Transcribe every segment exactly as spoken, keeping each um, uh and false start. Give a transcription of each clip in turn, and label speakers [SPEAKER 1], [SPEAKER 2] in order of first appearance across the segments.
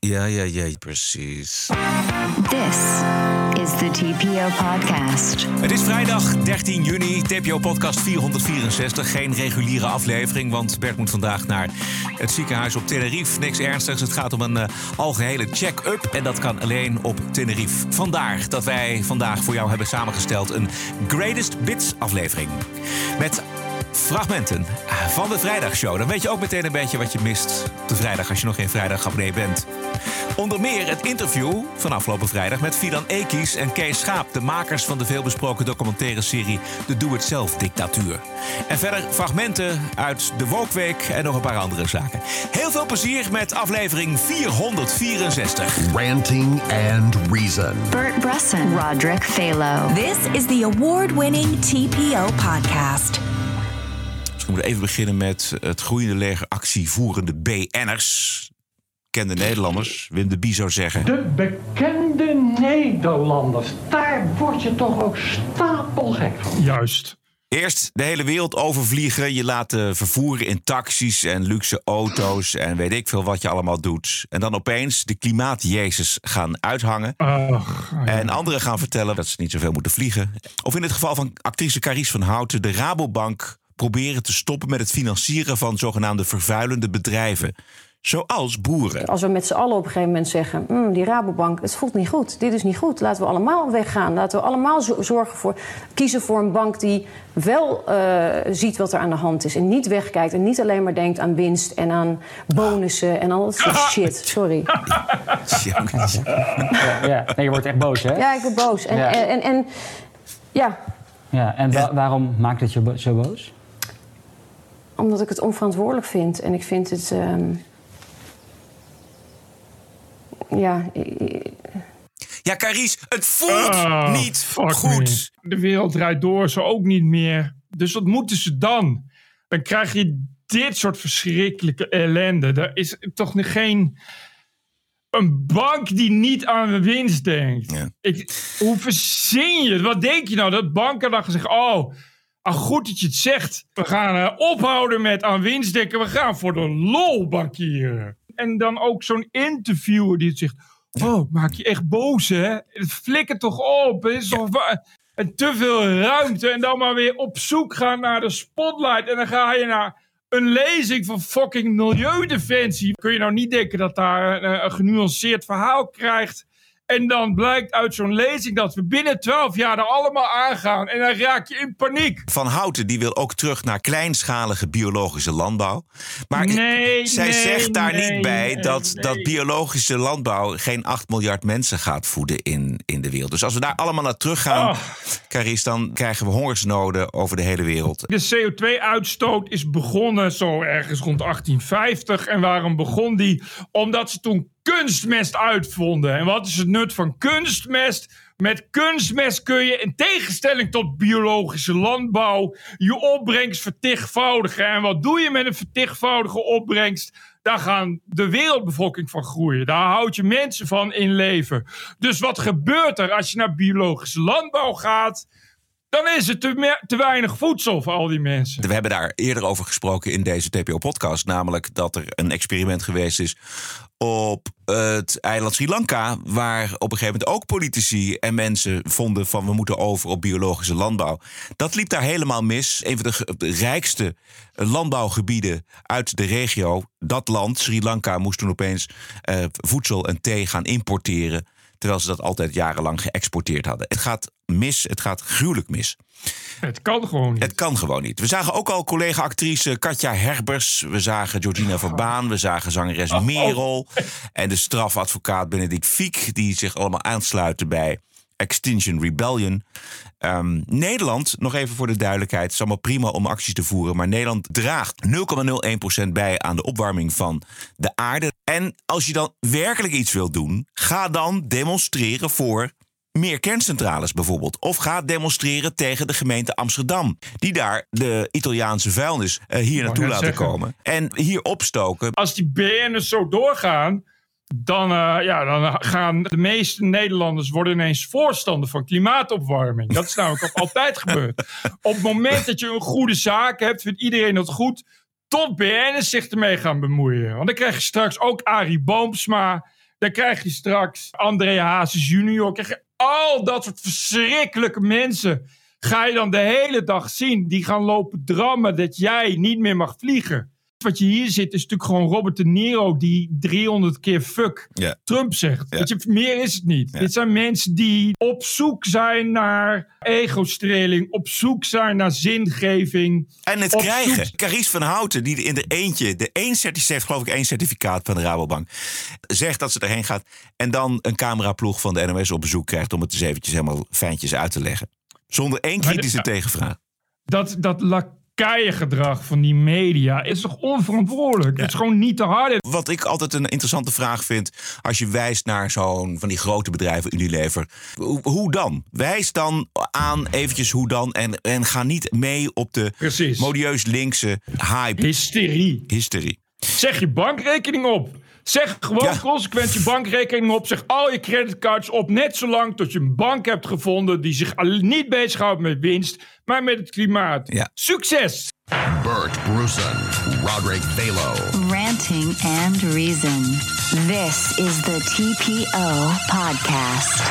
[SPEAKER 1] Ja, ja, ja, precies.
[SPEAKER 2] This is the T P O Podcast.
[SPEAKER 1] Het is vrijdag dertien juni, T P O Podcast vierhonderdvierenzestig. Geen reguliere aflevering, want Bert moet vandaag naar het ziekenhuis op Tenerife. Niks ernstigs, het gaat om een uh, algehele check-up en dat kan alleen op Tenerife. Vandaar dat wij vandaag voor jou hebben samengesteld een Greatest Bits aflevering. Met fragmenten van de vrijdagshow. Dan weet je ook meteen een beetje wat je mist op de vrijdag als je nog geen vrijdagabonnee bent. Onder meer het interview van afgelopen vrijdag met Fidan Ekies en Kees Schaap, de makers van de veelbesproken documentaire serie De Doe-het-zelf-dictatuur. En verder fragmenten uit de Woke-week en nog een paar andere zaken. Heel veel plezier met aflevering vierhonderdvierenzestig.
[SPEAKER 3] Ranting and Reason.
[SPEAKER 2] Bert Brussen, Roderick Phalo.
[SPEAKER 4] This is the award-winning T P O Podcast.
[SPEAKER 1] We moeten even beginnen met het groeiende leger actievoerende B N'ers. Bekende Nederlanders, Wim de Bie zou zeggen.
[SPEAKER 5] De bekende Nederlanders, daar word je toch ook stapelgek van.
[SPEAKER 6] Juist.
[SPEAKER 1] Eerst de hele wereld overvliegen, je laten vervoeren in taxis en luxe auto's en weet ik veel wat je allemaal doet. En dan opeens de klimaatjezus gaan uithangen.
[SPEAKER 6] Ach, ja.
[SPEAKER 1] En anderen gaan vertellen dat ze niet zoveel moeten vliegen. Of in het geval van actrice Carice van Houten, de Rabobank proberen te stoppen met het financieren van zogenaamde vervuilende bedrijven. Zoals boeren.
[SPEAKER 7] Als we met z'n allen op een gegeven moment zeggen, mm, die Rabobank, het voelt niet goed, dit is niet goed. Laten we allemaal weggaan. Laten we allemaal zorgen voor, kiezen voor een bank die wel uh, ziet wat er aan de hand is. En niet wegkijkt en niet alleen maar denkt aan winst en aan bonussen en al dat soort shit. Sorry.
[SPEAKER 8] Ja, ja. Nee, je wordt echt boos, hè?
[SPEAKER 7] Ja, ik word boos. En,
[SPEAKER 8] ja.
[SPEAKER 7] en, en, en ja.
[SPEAKER 8] Ja, en wa- waarom maakt het je bo- zo boos?
[SPEAKER 7] Omdat ik het onverantwoordelijk vind. En ik vind het... Um, ja...
[SPEAKER 1] Ja, Carice, het voelt uh, niet goed.
[SPEAKER 6] Me. De wereld draait door, zo ook niet meer. Dus wat moeten ze dan? Dan krijg je dit soort verschrikkelijke ellende. Er is toch nog geen... Een bank die niet aan de winst denkt. Ja. Ik, hoe verzin je het? Wat denk je nou? Dat banken dan zeggen... Oh, ah, goed dat je het zegt. We gaan uh, ophouden met aan winst denken. We gaan voor de lol bankieren. En dan ook zo'n interviewer die het zegt... Oh, maak je echt boos, hè? Het flikkert toch op. Het is toch wa- en te veel ruimte. En dan maar weer op zoek gaan naar de spotlight. En dan ga je naar een lezing van fucking Milieudefensie. Kun je nou niet denken dat daar een, een genuanceerd verhaal krijgt... En dan blijkt uit zo'n lezing dat we binnen twaalf jaar er allemaal aangaan. En dan raak je in paniek.
[SPEAKER 1] Van Houten die wil ook terug naar kleinschalige biologische landbouw. Maar
[SPEAKER 6] nee,
[SPEAKER 1] zij
[SPEAKER 6] nee,
[SPEAKER 1] zegt daar
[SPEAKER 6] nee,
[SPEAKER 1] niet bij
[SPEAKER 6] nee,
[SPEAKER 1] dat,
[SPEAKER 6] nee.
[SPEAKER 1] dat biologische landbouw geen acht miljard mensen gaat voeden in, in de wereld. Dus als we daar allemaal naar terug gaan, oh. Carice, dan krijgen we hongersnoden over de hele wereld.
[SPEAKER 6] De C O twee uitstoot is begonnen zo ergens rond achttien vijftig. En waarom begon die? Omdat ze toen kunstmest uitvonden. En wat is het nut van kunstmest? Met kunstmest kun je, in tegenstelling tot biologische landbouw, je opbrengst vertigvoudigen. En wat doe je met een vertigvoudige opbrengst? Daar gaan de wereldbevolking van groeien. Daar houd je mensen van in leven. Dus wat gebeurt er als je naar biologische landbouw gaat? Dan is het te, me- te weinig voedsel voor al die mensen.
[SPEAKER 1] We hebben daar eerder over gesproken in deze T P O-podcast. Namelijk dat er een experiment geweest is op het eiland Sri Lanka, waar op een gegeven moment ook politici en mensen vonden van we moeten over op biologische landbouw. Dat liep daar helemaal mis. Een van de, de rijkste landbouwgebieden uit de regio, dat land, Sri Lanka, moest toen opeens uh, voedsel en thee gaan importeren, terwijl ze dat altijd jarenlang geëxporteerd hadden. Het gaat mis, het gaat gruwelijk mis.
[SPEAKER 6] Het kan gewoon niet.
[SPEAKER 1] Het kan gewoon niet. We zagen ook al collega-actrice Katja Herbers. We zagen Georgina Verbaan. We zagen zangeres
[SPEAKER 6] oh,
[SPEAKER 1] Merel.
[SPEAKER 6] Oh.
[SPEAKER 1] En de strafadvocaat Benedict Fiek, die zich allemaal aansluiten bij Extinction Rebellion. Um, Nederland, nog even voor de duidelijkheid, het is allemaal prima om acties te voeren, maar Nederland draagt nul komma nul één procent bij aan de opwarming van de aarde. En als je dan werkelijk iets wilt doen, ga dan demonstreren voor meer kerncentrales bijvoorbeeld. Of ga demonstreren tegen de gemeente Amsterdam, die daar de Italiaanse vuilnis uh, hier naartoe laten zeggen. komen. En hier opstoken.
[SPEAKER 6] Als die B N'ers zo doorgaan, Dan, uh, ja, dan gaan de meeste Nederlanders worden ineens voorstander van klimaatopwarming. Dat is namelijk ook altijd gebeurd. Op het moment dat je een goede zaak hebt, vindt iedereen dat goed, tot B N'ers zich ermee gaan bemoeien. Want dan krijg je straks ook Arie Boomsma, Dan krijg je straks André Hazes junior. Krijg je al dat soort verschrikkelijke mensen. Ga je dan de hele dag zien. Die gaan lopen drammen dat jij niet meer mag vliegen. Wat je hier zit is natuurlijk gewoon Robert De Niro die driehonderd keer fuck
[SPEAKER 1] ja.
[SPEAKER 6] Trump zegt.
[SPEAKER 1] Ja.
[SPEAKER 6] Weet je, meer is het niet.
[SPEAKER 1] Ja.
[SPEAKER 6] Dit zijn mensen die op zoek zijn naar ego-streling. Op zoek zijn naar zingeving.
[SPEAKER 1] En het
[SPEAKER 6] op
[SPEAKER 1] krijgen.
[SPEAKER 6] zoek...
[SPEAKER 1] Carice van Houten, die in de eentje, de één certificaat, heeft geloof ik één certificaat van de Rabobank, zegt dat ze erheen gaat en dan een cameraploeg van de N O S op bezoek krijgt om het eens eventjes helemaal fijntjes uit te leggen. Zonder één kritische
[SPEAKER 6] Maar de,
[SPEAKER 1] tegenvraag.
[SPEAKER 6] Dat, dat lakaiengedrag van die media is toch onverantwoordelijk? Ja. Het is gewoon niet te hard.
[SPEAKER 1] Wat ik altijd een interessante vraag vind, als je wijst naar zo'n van die grote bedrijven, Unilever. Hoe, hoe dan? Wijs dan aan eventjes hoe dan en, en ga niet mee op de
[SPEAKER 6] Precies.
[SPEAKER 1] modieus linkse hype.
[SPEAKER 6] Hysterie.
[SPEAKER 1] Hysterie.
[SPEAKER 6] Zeg je bankrekening op. Zeg gewoon
[SPEAKER 1] Ja.
[SPEAKER 6] consequent je bankrekening op. Zeg al je creditcards op. Net zolang tot je een bank hebt gevonden die zich niet bezighoudt met winst, maar met het klimaat.
[SPEAKER 1] Ja.
[SPEAKER 6] Succes!
[SPEAKER 3] Bert Brussen, Roderick Balo.
[SPEAKER 2] Ranting and Reason. This is the T P O podcast.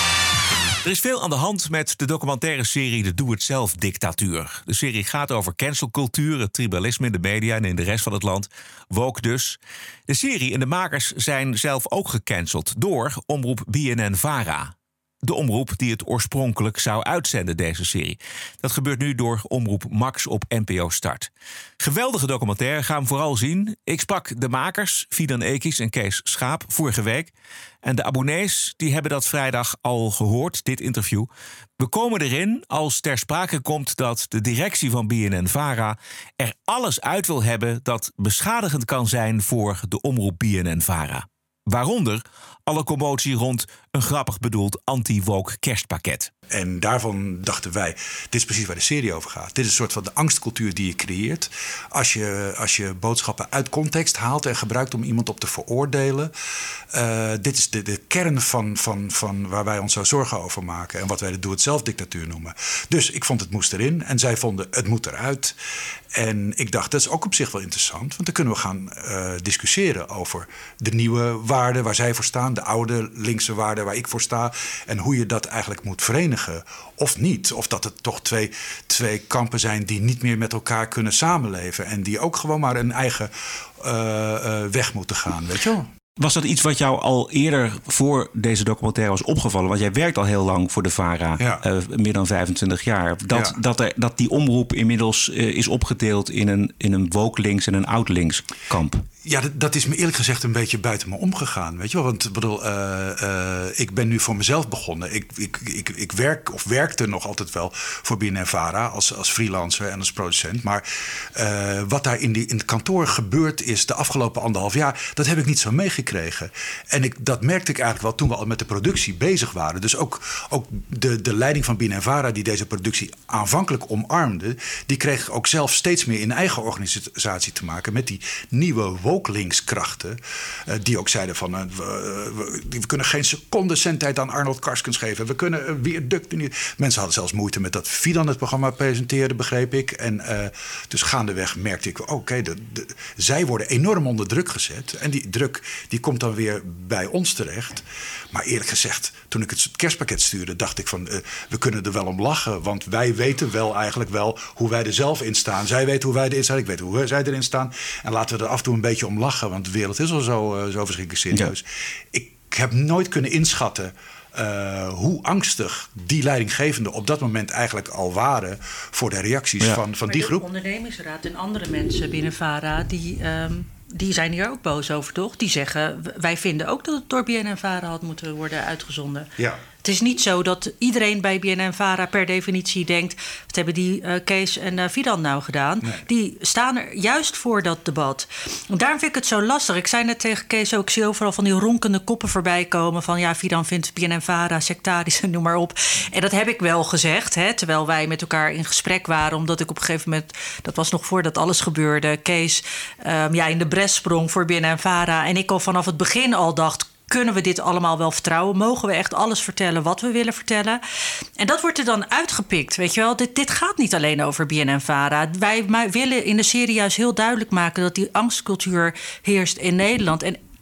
[SPEAKER 1] Er is veel aan de hand met de documentaire serie De Doe-het-zelf-dictatuur. De serie gaat over cancelcultuur, het tribalisme in de media en in de rest van het land. Woke dus. De serie en de makers zijn zelf ook gecanceld door omroep B N N-Vara. De omroep die het oorspronkelijk zou uitzenden, deze serie. Dat gebeurt nu door omroep Max op N P O Start. Geweldige documentaire, ga hem vooral zien. Ik sprak de makers, Fidan Ekis en Kees Schaap, vorige week. En de abonnees die hebben dat vrijdag al gehoord, dit interview. We komen erin als ter sprake komt dat de directie van B N N-Vara er alles uit wil hebben dat beschadigend kan zijn voor de omroep B N N-Vara. Waaronder alle commotie rond een grappig bedoeld anti-woke kerstpakket.
[SPEAKER 9] En daarvan dachten wij, dit is precies waar de serie over gaat. Dit is een soort van de angstcultuur die je creëert. Als je, als je boodschappen uit context haalt en gebruikt om iemand op te veroordelen. Uh, dit is de, de kern van, van, van waar wij ons zo zorgen over maken. En wat wij de doe-het-zelf-dictatuur noemen. Dus ik vond het moest erin. En zij vonden het moet eruit. En ik dacht, dat is ook op zich wel interessant. Want dan kunnen we gaan uh, discussiëren over de nieuwe waarden waar zij voor staan. De oude linkse waarden waar ik voor sta. En hoe je dat eigenlijk moet verenigen. Of niet. Of dat het toch twee, twee kampen zijn die niet meer met elkaar kunnen samenleven. En die ook gewoon maar een eigen uh, uh, weg moeten gaan. Weet je wel?
[SPEAKER 10] Was dat iets wat jou al eerder voor deze documentaire was opgevallen? Want jij werkt al heel lang voor de VARA, ja. uh, meer dan vijfentwintig jaar. Dat, ja. dat, er, dat die omroep inmiddels uh, is opgedeeld in een, in een woke links en een oud links kamp.
[SPEAKER 9] Ja, dat, dat is me eerlijk gezegd een beetje buiten me omgegaan. Weet je wel? Want bedoel, uh, uh, ik ben nu voor mezelf begonnen. Ik, ik, ik, ik werk of werkte nog altijd wel voor B N N-Vara als, als freelancer en als producent. Maar uh, wat daar in, die, in het kantoor gebeurd is de afgelopen anderhalf jaar, dat heb ik niet zo meegekregen. En ik, dat merkte ik eigenlijk wel toen we al met de productie bezig waren. Dus ook, ook de, de leiding van B N N-Vara die deze productie aanvankelijk omarmde, die kreeg ook zelf steeds meer in eigen organisatie te maken met die nieuwe woke linkskrachten. Uh, die ook zeiden van uh, we, we, we kunnen geen seconde zendtijd aan Arnold Karskens geven. We kunnen uh, weer duct. Mensen hadden zelfs moeite met dat Fidan het programma presenteerde, begreep ik. En uh, dus gaandeweg merkte ik, oké, okay, de, de, zij worden enorm onder druk gezet. En die druk die komt dan weer bij ons terecht. Maar eerlijk gezegd, toen ik het kerstpakket stuurde, dacht ik van, uh, we kunnen er wel om lachen. Want wij weten wel eigenlijk wel hoe wij er zelf in staan. Zij weten hoe wij erin staan, ik weet hoe zij erin staan. En laten we er af en toe een beetje om lachen, want de wereld is al zo, uh, zo verschrikkelijk serieus. Ja. Ik heb nooit kunnen inschatten uh, hoe angstig die leidinggevenden op dat moment eigenlijk al waren voor de reacties ja. van, van die groep.
[SPEAKER 11] De ondernemingsraad en andere mensen binnen VARA, die, um, die zijn hier ook boos over, toch? Die zeggen, wij vinden ook dat het door B N N-Vara had moeten worden uitgezonden. Ja. Het is niet zo dat iedereen bij B N N-Vara per definitie denkt, wat hebben die uh, Kees en uh, Fidan nou gedaan? Nee. Die staan er juist voor dat debat. En daarom vind ik het zo lastig. Ik zei net tegen Kees ook, ik zie overal van die ronkende koppen voorbij komen van ja, Fidan vindt B N N-Vara sectarisch en noem maar op. En dat heb ik wel gezegd, hè, terwijl wij met elkaar in gesprek waren, omdat ik op een gegeven moment, dat was nog voordat alles gebeurde, Kees um, ja, in de bres sprong voor B N N-Vara en ik al vanaf het begin al dacht, kunnen we dit allemaal wel vertrouwen? Mogen we echt alles vertellen wat we willen vertellen? En dat wordt er dan uitgepikt, weet je wel. Dit, dit gaat niet alleen over B N N-Vara. Wij willen in de serie juist heel duidelijk maken dat die angstcultuur heerst in Nederland. En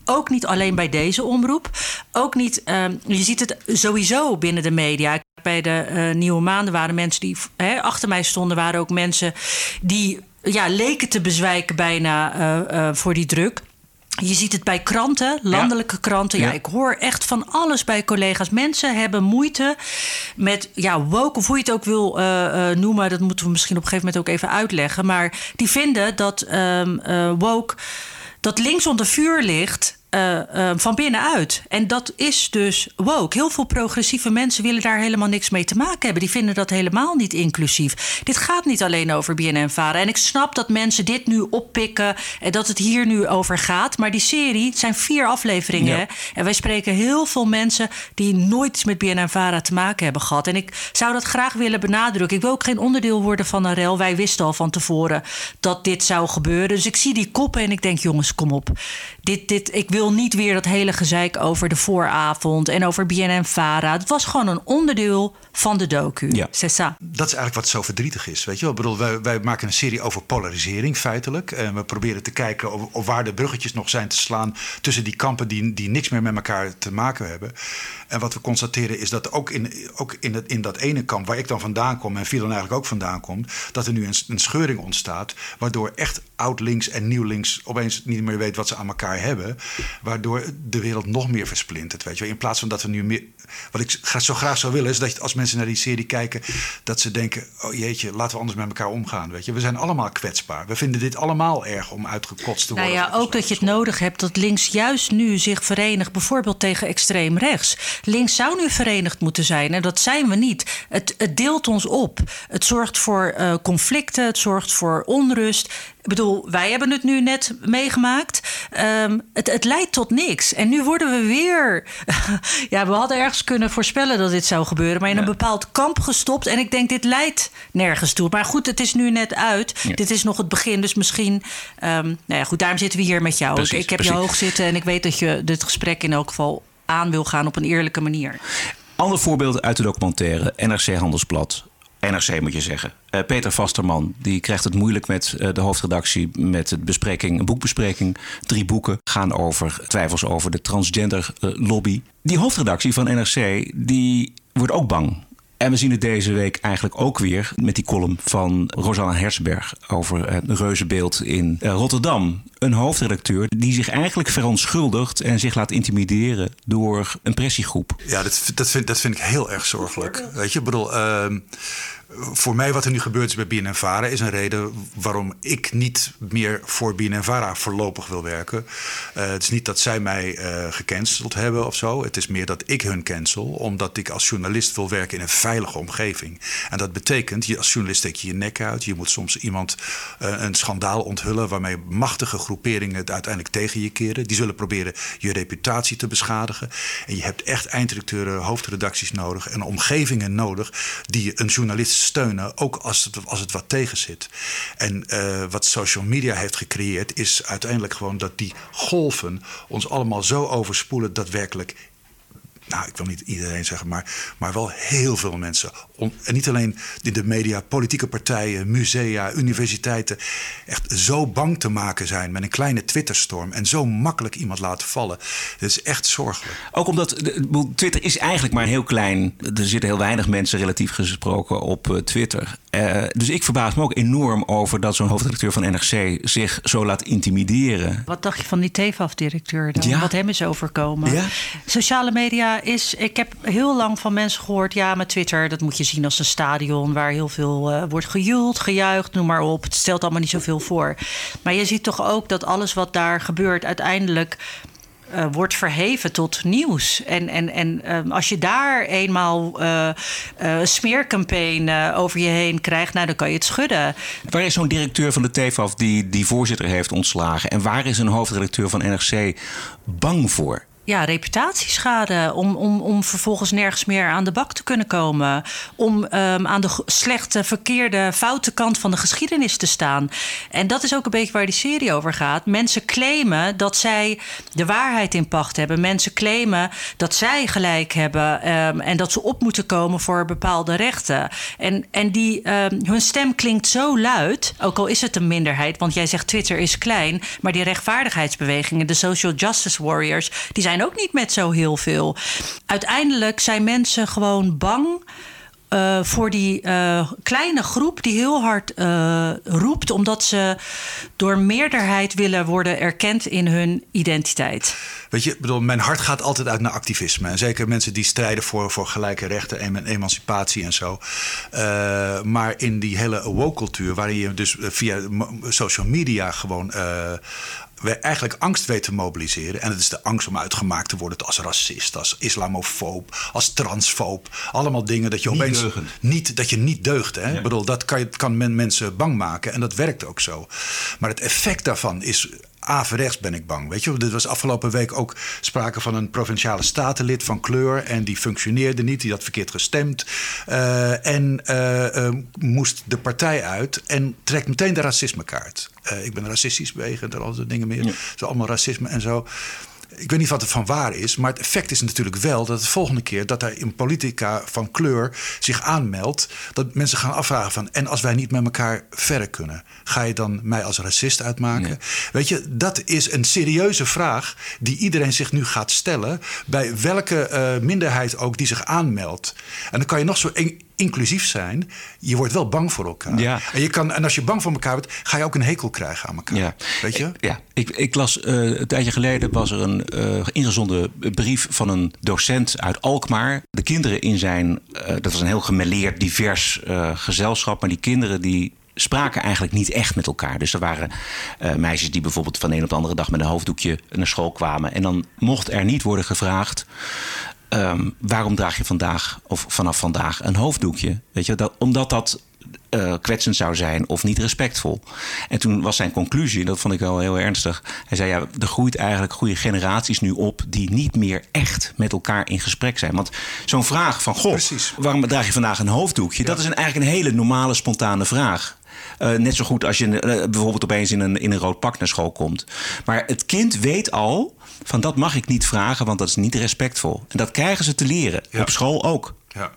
[SPEAKER 11] Ook niet alleen bij deze omroep. Ook niet, um, je ziet het sowieso binnen de media. Bij de uh, Nieuwe Maanden waren mensen die hè, achter mij stonden, waren ook mensen die ja, leken te bezwijken bijna uh, uh, voor die druk. Je ziet het bij kranten, landelijke ja. kranten. Ja, ja, ik hoor echt van alles bij collega's. Mensen hebben moeite met ja, woke, of hoe je het ook wil uh, uh, noemen. Dat moeten we misschien op een gegeven moment ook even uitleggen. Maar die vinden dat um, uh, woke, dat links onder vuur ligt. Uh, uh, van binnenuit. En dat is dus woke. Heel veel progressieve mensen willen daar helemaal niks mee te maken hebben. Die vinden dat helemaal niet inclusief. Dit gaat niet alleen over B N N Vara. En ik snap dat mensen dit nu oppikken en dat het hier nu over gaat. Maar die serie, het zijn vier afleveringen. Ja. Hè? En wij spreken heel veel mensen die nooit iets met B N N Vara te maken hebben gehad. En ik zou dat graag willen benadrukken. Ik wil ook geen onderdeel worden van een rel. Wij wisten al van tevoren dat dit zou gebeuren. Dus ik zie die koppen en ik denk, jongens, kom op. Dit, dit, ik wil niet weer dat hele gezeik over de vooravond en over B N N Vara. Het was gewoon een onderdeel van de docu.
[SPEAKER 9] Ja.
[SPEAKER 11] C'est ça.
[SPEAKER 9] Dat is eigenlijk wat zo verdrietig is. Weet je wel? Ik bedoel, wij, wij maken een serie over polarisering feitelijk. En we proberen te kijken of, of waar de bruggetjes nog zijn te slaan tussen die kampen die, die niks meer met elkaar te maken hebben. En wat we constateren is dat ook in, ook in, het, in dat ene kamp waar ik dan vandaan kom en Philon eigenlijk ook vandaan komt, dat er nu een, een scheuring ontstaat, waardoor echt oud links en nieuw links opeens niet meer weet wat ze aan elkaar hebben. Waardoor de wereld nog meer versplintert. Weet je wel? In plaats van dat we nu meer. Wat ik zo graag zou willen is dat als mensen naar die serie kijken, dat ze denken: oh jeetje, laten we anders met elkaar omgaan. Weet je? We zijn allemaal kwetsbaar. We vinden dit allemaal erg om uitgekotst te worden.
[SPEAKER 11] Nou ja, ook dat je het nodig hebt dat links juist nu zich verenigt, bijvoorbeeld tegen extreem rechts. Links zou nu verenigd moeten zijn en dat zijn we niet. Het, het deelt ons op. Het zorgt voor uh, conflicten, het zorgt voor onrust. Ik bedoel, wij hebben het nu net meegemaakt. Um, het, het leidt tot niks. En nu worden we weer. ja, we hadden ergens kunnen voorspellen dat dit zou gebeuren, maar in ja. een bepaald kamp gestopt. En ik denk, dit leidt nergens toe. Maar goed, het is nu net uit. Ja. Dit is nog het begin. Dus misschien. Um, nou ja, goed, daarom zitten we hier met jou. Precies, ik, ik heb precies. je hoog zitten en ik weet dat je dit gesprek in elk geval aan wil gaan op een eerlijke manier.
[SPEAKER 10] Ander voorbeeld uit de documentaire: N R C Handelsblad. N R C moet je zeggen. Uh, Peter Vasterman die krijgt het moeilijk met uh, de hoofdredactie met de bespreking, een boekbespreking. Drie boeken gaan over twijfels over de transgender uh, lobby. Die hoofdredactie van N R C die wordt ook bang. En we zien het deze week eigenlijk ook weer met die column van Rosanna Herzberg over het reuzenbeeld in uh, Rotterdam. Een hoofdredacteur die zich eigenlijk verontschuldigt en zich laat intimideren door een pressiegroep.
[SPEAKER 9] Ja, dat, dat, vind, dat vind ik heel erg zorgelijk. Weet je, ik bedoel, uh, voor mij wat er nu gebeurt is bij B N N Vara is een reden waarom ik niet meer voor B N N Vara voorlopig wil werken. Uh, het is niet dat zij mij uh, gecanceld hebben of zo. Het is meer dat ik hun cancel, omdat ik als journalist wil werken in een veilige omgeving. En dat betekent, je als journalist steek je je nek uit. Je moet soms iemand uh, een schandaal onthullen waarmee machtige groeperingen het uiteindelijk tegen je keren. Die zullen proberen je reputatie te beschadigen. En je hebt echt eindredacteuren, hoofdredacties nodig en omgevingen nodig die een journalist steunen, ook als het, als het wat tegen zit. En uh, wat social media heeft gecreëerd is uiteindelijk gewoon dat die golven ons allemaal zo overspoelen dat werkelijk, nou, ik wil niet iedereen zeggen, maar, maar wel heel veel mensen. Om, en niet alleen in de media, politieke partijen, musea, universiteiten, echt zo bang te maken zijn met een kleine Twitterstorm en zo makkelijk iemand laten vallen. Dat is echt zorgelijk.
[SPEAKER 10] Ook omdat Twitter is eigenlijk maar heel klein. Er zitten heel weinig mensen relatief gesproken op Twitter. Uh, dus ik verbaas me ook enorm over dat zo'n hoofdredacteur van N R C zich zo laat intimideren.
[SPEAKER 11] Wat dacht je van die T V A F-directeur dan? Ja. Wat hem is overkomen?
[SPEAKER 10] Ja.
[SPEAKER 11] Sociale media is. Ik heb heel lang van mensen gehoord, ja, met Twitter, dat moet je zien als een stadion waar heel veel uh, wordt gejoeld, gejuicht, noem maar op. Het stelt allemaal niet zoveel voor. Maar je ziet toch ook dat alles wat daar gebeurt uiteindelijk Uh, wordt verheven tot nieuws. En, en, en uh, als je daar eenmaal uh, uh, smeercampagne uh, over je heen krijgt, nou, dan kan je het schudden.
[SPEAKER 10] Waar is zo'n directeur van de T V A F die die voorzitter heeft ontslagen? En waar is een hoofdredacteur van N R C bang voor?
[SPEAKER 11] ja, reputatieschade. Om, om, om vervolgens nergens meer aan de bak te kunnen komen. Om um, aan de slechte, verkeerde, foute kant van de geschiedenis te staan. En dat is ook een beetje waar die serie over gaat. Mensen claimen dat zij de waarheid in pacht hebben. Mensen claimen dat zij gelijk hebben. Um, en dat ze op moeten komen voor bepaalde rechten. En, en die, um, hun stem klinkt zo luid. Ook al is het een minderheid. Want jij zegt Twitter is klein. Maar die rechtvaardigheidsbewegingen, de social justice warriors, die zijn ook niet met zo heel veel. Uiteindelijk zijn mensen gewoon bang uh, voor die uh, kleine groep die heel hard uh, roept, omdat ze door meerderheid willen worden erkend in hun identiteit.
[SPEAKER 9] Weet je, bedoel, mijn hart gaat altijd uit naar activisme. En zeker mensen die strijden voor, voor gelijke rechten en emancipatie en zo. Uh, maar in die hele woke-cultuur, waarin je dus via social media gewoon Uh, we eigenlijk angst weet te mobiliseren. En het is de angst om uitgemaakt te worden als racist, als islamofoob, als transfoob. Allemaal dingen dat je
[SPEAKER 10] niet
[SPEAKER 9] opeens
[SPEAKER 10] deugend.
[SPEAKER 9] niet, dat je niet deugt. Hè? Ja. Ik bedoel, dat kan, kan men mensen bang maken. En dat werkt ook zo. Maar het effect daarvan is averechts, ben ik bang. Weet je, dit was afgelopen week ook sprake van een provinciale statenlid van kleur. En die functioneerde niet, die had verkeerd gestemd. Uh, en uh, uh, moest de partij uit en trekt meteen de racismekaart. Uh, ik ben racistisch bewegend en al dat dingen meer. Ja. Zo allemaal racisme en zo. Ik weet niet wat er van waar is, maar het effect is natuurlijk wel dat de volgende keer dat er in politica van kleur zich aanmeldt, dat mensen gaan afvragen van, en als wij niet met elkaar verder kunnen, ga je dan mij als racist uitmaken? Nee. Weet je, dat is een serieuze vraag die iedereen zich nu gaat stellen bij welke uh, minderheid ook die zich aanmeldt. En dan kan je nog zo in, inclusief zijn, je wordt wel bang voor elkaar. Ja. En, je kan, en als je bang voor elkaar bent, ga je ook een hekel krijgen aan elkaar. Ja. Weet je?
[SPEAKER 10] Ja, ik, ik las uh, een tijdje geleden was er een uh, ingezonden brief van een docent uit Alkmaar. De kinderen in zijn, uh, dat was een heel gemêleerd, divers uh, gezelschap, maar die kinderen die spraken eigenlijk niet echt met elkaar. Dus er waren uh, meisjes die bijvoorbeeld van de een op de andere dag met een hoofddoekje naar school kwamen. En dan mocht er niet worden gevraagd, Um, waarom draag je vandaag of vanaf vandaag een hoofddoekje? Weet je, dat, omdat dat uh, kwetsend zou zijn of niet respectvol. En toen was zijn conclusie, dat vond ik wel heel ernstig. Hij zei, ja, er groeit eigenlijk goede generaties nu op die niet meer echt met elkaar in gesprek zijn. Want zo'n vraag van, goh, Precies. waarom draag je vandaag een hoofddoekje? Ja. Dat is een, eigenlijk een hele normale, spontane vraag. Uh, net zo goed als je uh, bijvoorbeeld opeens in een, in een rood pak naar school komt. Maar het kind weet al van dat mag ik niet vragen, want dat is niet respectvol. En dat krijgen ze te leren. Ja. Op school ook.
[SPEAKER 9] Ja.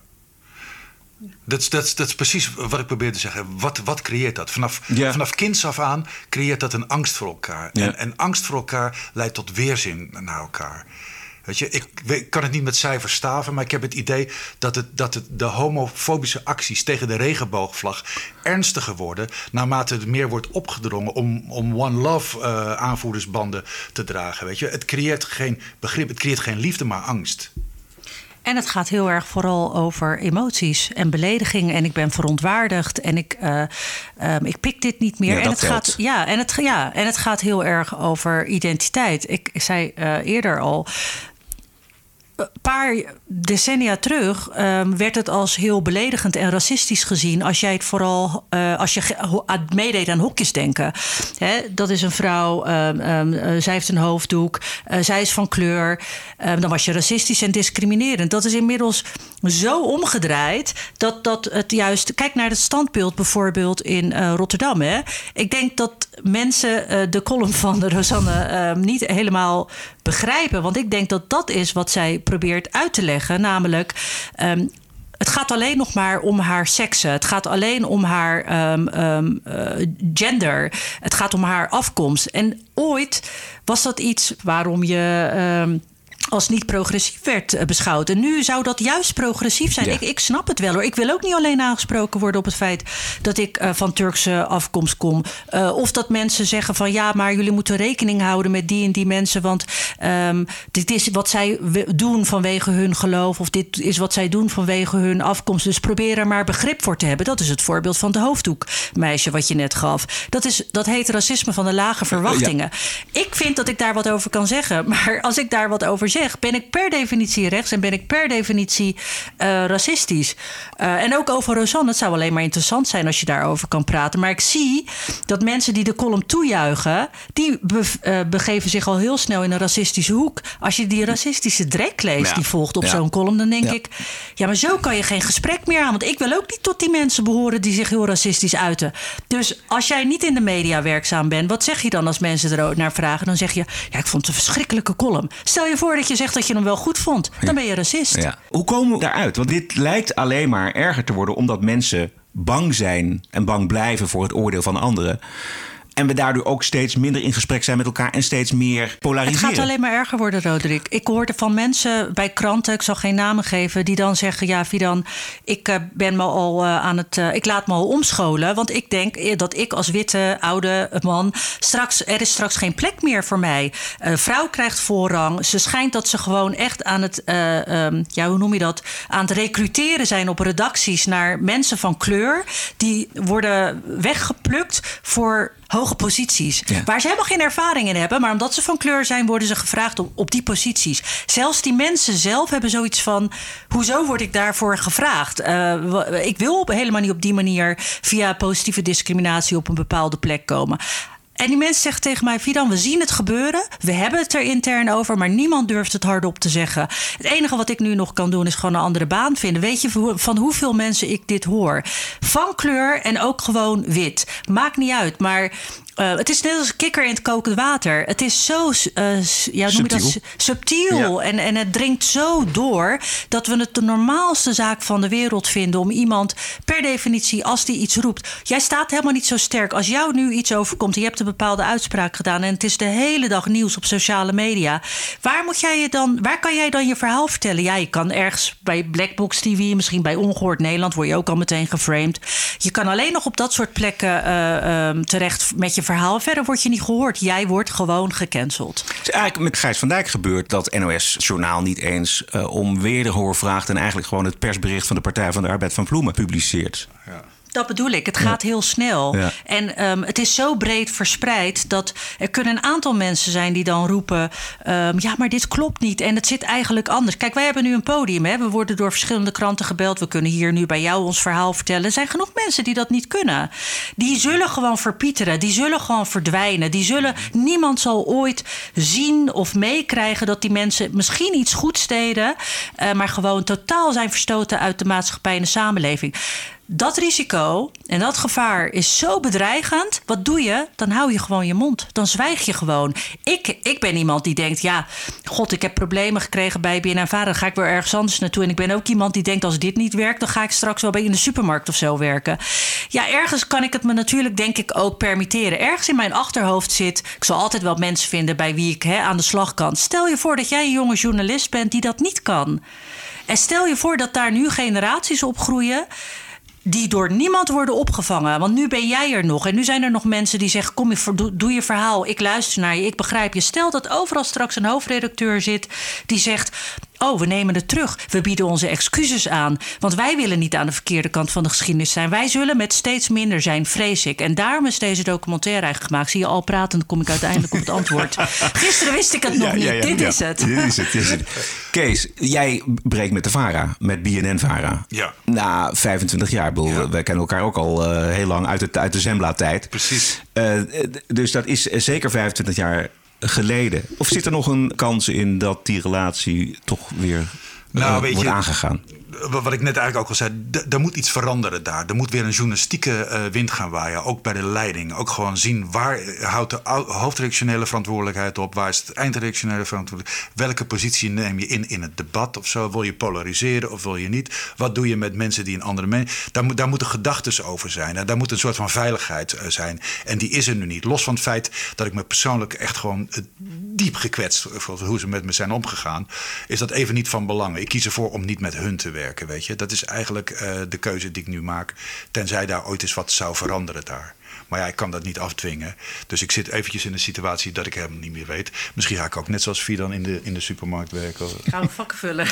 [SPEAKER 9] Dat is, dat, is, dat is precies wat ik probeer te zeggen. Wat, wat creëert dat? Vanaf, ja. vanaf kinds af aan creëert dat een angst voor elkaar. Ja. En, en angst voor elkaar leidt tot weerzin naar elkaar. Weet je, ik, ik kan het niet met cijfers staven, maar ik heb het idee dat, het, dat het, de homofobische acties tegen de regenboogvlag ernstiger worden naarmate er meer wordt opgedrongen om, om One Love uh, aanvoerdersbanden te dragen. Weet je, het creëert geen begrip, het creëert geen liefde, maar angst.
[SPEAKER 11] En het gaat heel erg vooral over emoties en belediging. En ik ben verontwaardigd en ik, uh, um, ik pik dit niet meer.
[SPEAKER 10] Ja,
[SPEAKER 11] en, het
[SPEAKER 10] telt.
[SPEAKER 11] gaat, ja, en, het, ja, en het gaat heel erg over identiteit. Ik, ik zei uh, eerder al, een paar decennia terug um, werd het als heel beledigend en racistisch gezien als jij het vooral uh, als je ho- meedeed aan hokjesdenken. Hè, dat is een vrouw, um, um, uh, zij heeft een hoofddoek, uh, zij is van kleur. Um, dan was je racistisch en discriminerend. Dat is inmiddels zo omgedraaid dat, dat het juist. Kijk naar het standbeeld bijvoorbeeld in uh, Rotterdam. Hè. Ik denk dat mensen uh, de column van de Rosanne uh, niet helemaal begrijpen. Want ik denk dat dat is wat zij probeert uit te leggen. Namelijk, um, het gaat alleen nog maar om haar seksen. Het gaat alleen om haar um, um, uh, gender. Het gaat om haar afkomst. En ooit was dat iets waarom je Um, als niet progressief werd beschouwd. En nu zou dat juist progressief zijn. Ja. Ik, ik snap het wel hoor. Ik wil ook niet alleen aangesproken worden op het feit dat ik uh, van Turkse afkomst kom. Uh, of dat mensen zeggen van ja, maar jullie moeten rekening houden met die en die mensen. Want um, dit is wat zij doen vanwege hun geloof. Of dit is wat zij doen vanwege hun afkomst. Dus probeer er maar begrip voor te hebben. Dat is het voorbeeld van de hoofddoekmeisje wat je net gaf. Dat, is, dat heet racisme van de lage verwachtingen. Ja. Ik vind dat ik daar wat over kan zeggen. Maar als ik daar wat over zeg, ben ik per definitie rechts en ben ik per definitie uh, racistisch. Uh, en ook over Rosanne, het zou alleen maar interessant zijn als je daarover kan praten. Maar ik zie dat mensen die de column toejuichen, die be, uh, begeven zich al heel snel in een racistische hoek. Als je die racistische drek leest ja. die volgt op ja. zo'n column, dan denk ja. ik, ja, maar zo kan je geen gesprek meer aan. Want ik wil ook niet tot die mensen behoren die zich heel racistisch uiten. Dus als jij niet in de media werkzaam bent, wat zeg je dan als mensen er naar vragen? Dan zeg je, ja, ik vond het een verschrikkelijke column. Stel je voor dat je zegt dat je hem wel goed vond. Dan ben je racist.
[SPEAKER 10] Ja. Hoe komen we daaruit? Want dit lijkt alleen maar erger te worden omdat mensen bang zijn en bang blijven voor het oordeel van anderen. En we daardoor ook steeds minder in gesprek zijn met elkaar en steeds meer polariseren.
[SPEAKER 11] Het gaat alleen maar erger worden, Roderick. Ik hoorde van mensen bij kranten, ik zal geen namen geven, die dan zeggen, ja, Fidan, ik uh, ben me al uh, aan het, uh, ik laat me al omscholen, want ik denk dat ik als witte oude man straks, er is straks geen plek meer voor mij. Uh, vrouw krijgt voorrang. Ze schijnt dat ze gewoon echt aan het, uh, um, ja, hoe noem je dat, aan het recruteren zijn op redacties naar mensen van kleur die worden weggeplukt voor hoge posities. Ja. Waar ze helemaal geen ervaring in hebben. Maar omdat ze van kleur zijn, worden ze gevraagd op, op die posities. Zelfs die mensen zelf hebben zoiets van, hoezo word ik daarvoor gevraagd? Uh, ik wil helemaal niet op die manier via positieve discriminatie op een bepaalde plek komen. En die mensen zeggen tegen mij, Fidan, we zien het gebeuren. We hebben het er intern over, maar niemand durft het hardop te zeggen. Het enige wat ik nu nog kan doen is gewoon een andere baan vinden. Weet je van hoeveel mensen ik dit hoor? Van kleur en ook gewoon wit. Maakt niet uit, maar Uh, het is net als kikker in het kokend water. Het is zo uh, ja, noem je dat, subtiel ja. en, en het dringt zo door dat we het de normaalste zaak van de wereld vinden om iemand per definitie, als die iets roept. Jij staat helemaal niet zo sterk. Als jou nu iets overkomt en je hebt een bepaalde uitspraak gedaan en het is de hele dag nieuws op sociale media. Waar moet jij je dan, waar kan jij dan je verhaal vertellen? Ja, je kan ergens bij Blackbox T V, misschien bij Ongehoord Nederland, word je ook al meteen geframed. Je kan alleen nog op dat soort plekken uh, um, terecht met je verhaal. Verder word je niet gehoord. Jij wordt gewoon gecanceld.
[SPEAKER 10] Het is eigenlijk met Gijs van Dijk gebeurd dat N O S-journaal niet eens uh, om wederhoor vraagt en eigenlijk gewoon het persbericht van de Partij van de Arbeid van Ploemen publiceert.
[SPEAKER 9] Ja.
[SPEAKER 11] Dat bedoel ik. Het gaat ja. heel snel. Ja. En um, het is zo breed verspreid dat er kunnen een aantal mensen zijn die dan roepen, Um, ja, maar dit klopt niet en het zit eigenlijk anders. Kijk, wij hebben nu een podium. Hè? We worden door verschillende kranten gebeld. We kunnen hier nu bij jou ons verhaal vertellen. Er zijn genoeg mensen die dat niet kunnen. Die zullen gewoon verpieteren. Die zullen gewoon verdwijnen. Die zullen, niemand zal ooit zien of meekrijgen dat die mensen misschien iets goeds deden, uh, maar gewoon totaal zijn verstoten uit de maatschappij en de samenleving. Dat risico en dat gevaar is zo bedreigend. Wat doe je? Dan hou je gewoon je mond. Dan zwijg je gewoon. Ik, ik ben iemand die denkt, ja, god, ik heb problemen gekregen bij B N N Vara. Dan ga ik weer ergens anders naartoe. En ik ben ook iemand die denkt, als dit niet werkt, dan ga ik straks wel bij in de supermarkt of zo werken. Ja, ergens kan ik het me natuurlijk, denk ik, ook permitteren. Ergens in mijn achterhoofd zit, ik zal altijd wel mensen vinden bij wie ik hè, aan de slag kan. Stel je voor dat jij een jonge journalist bent die dat niet kan. En stel je voor dat daar nu generaties opgroeien die door niemand worden opgevangen. Want nu ben jij er nog. En nu zijn er nog mensen die zeggen, kom, je, doe je verhaal. Ik luister naar je, ik begrijp je. Stel dat overal straks een hoofdredacteur zit die zegt, oh, we nemen het terug. We bieden onze excuses aan. Want wij willen niet aan de verkeerde kant van de geschiedenis zijn. Wij zullen met steeds minder zijn, vrees ik. En daarom is deze documentaire eigenlijk gemaakt. Zie je, al pratend kom ik uiteindelijk op het antwoord. Gisteren wist ik het nog ja, niet. Ja, ja, dit, ja. Is het.
[SPEAKER 10] dit is het. Dit is het. Kees, jij breekt met de Vara, met B N N Vara.
[SPEAKER 9] Ja.
[SPEAKER 10] Na vijfentwintig jaar. Ja. Wij kennen elkaar ook al uh, heel lang uit, het, uit de Zembla-tijd.
[SPEAKER 9] Precies.
[SPEAKER 10] Uh, dus dat is zeker vijfentwintig jaar geleden. Of zit er nog een kans in dat die relatie toch weer nou, uh, weet wordt je, aangegaan?
[SPEAKER 9] Wat ik net eigenlijk ook al zei, d- er moet iets veranderen daar. Er moet weer een journalistieke uh, wind gaan waaien, ook bij de leiding. Ook gewoon zien, waar houdt de hoofdredactionele verantwoordelijkheid op? Waar is het eindredactionele verantwoordelijkheid? Welke positie neem je in in het debat of zo? Wil je polariseren of wil je niet? Wat doe je met mensen die een andere mening... Daar, moet, daar moeten gedachtes over zijn. Hè? Daar moet een soort van veiligheid uh, zijn. En die is er nu niet. Los van het feit dat ik me persoonlijk echt gewoon uh, diep gekwetst voor hoe ze met me zijn omgegaan, is dat even niet van belang. Ik kies ervoor om niet met hun te werken. Weet je? Dat is eigenlijk uh, de keuze die ik nu maak. Tenzij daar ooit eens wat zou veranderen daar. Maar ja, ik kan dat niet afdwingen. Dus ik zit eventjes in een situatie dat ik helemaal niet meer weet. Misschien ga ik ook net zoals Fidan in de, in de supermarkt werken.
[SPEAKER 11] Gaan we vakken vullen.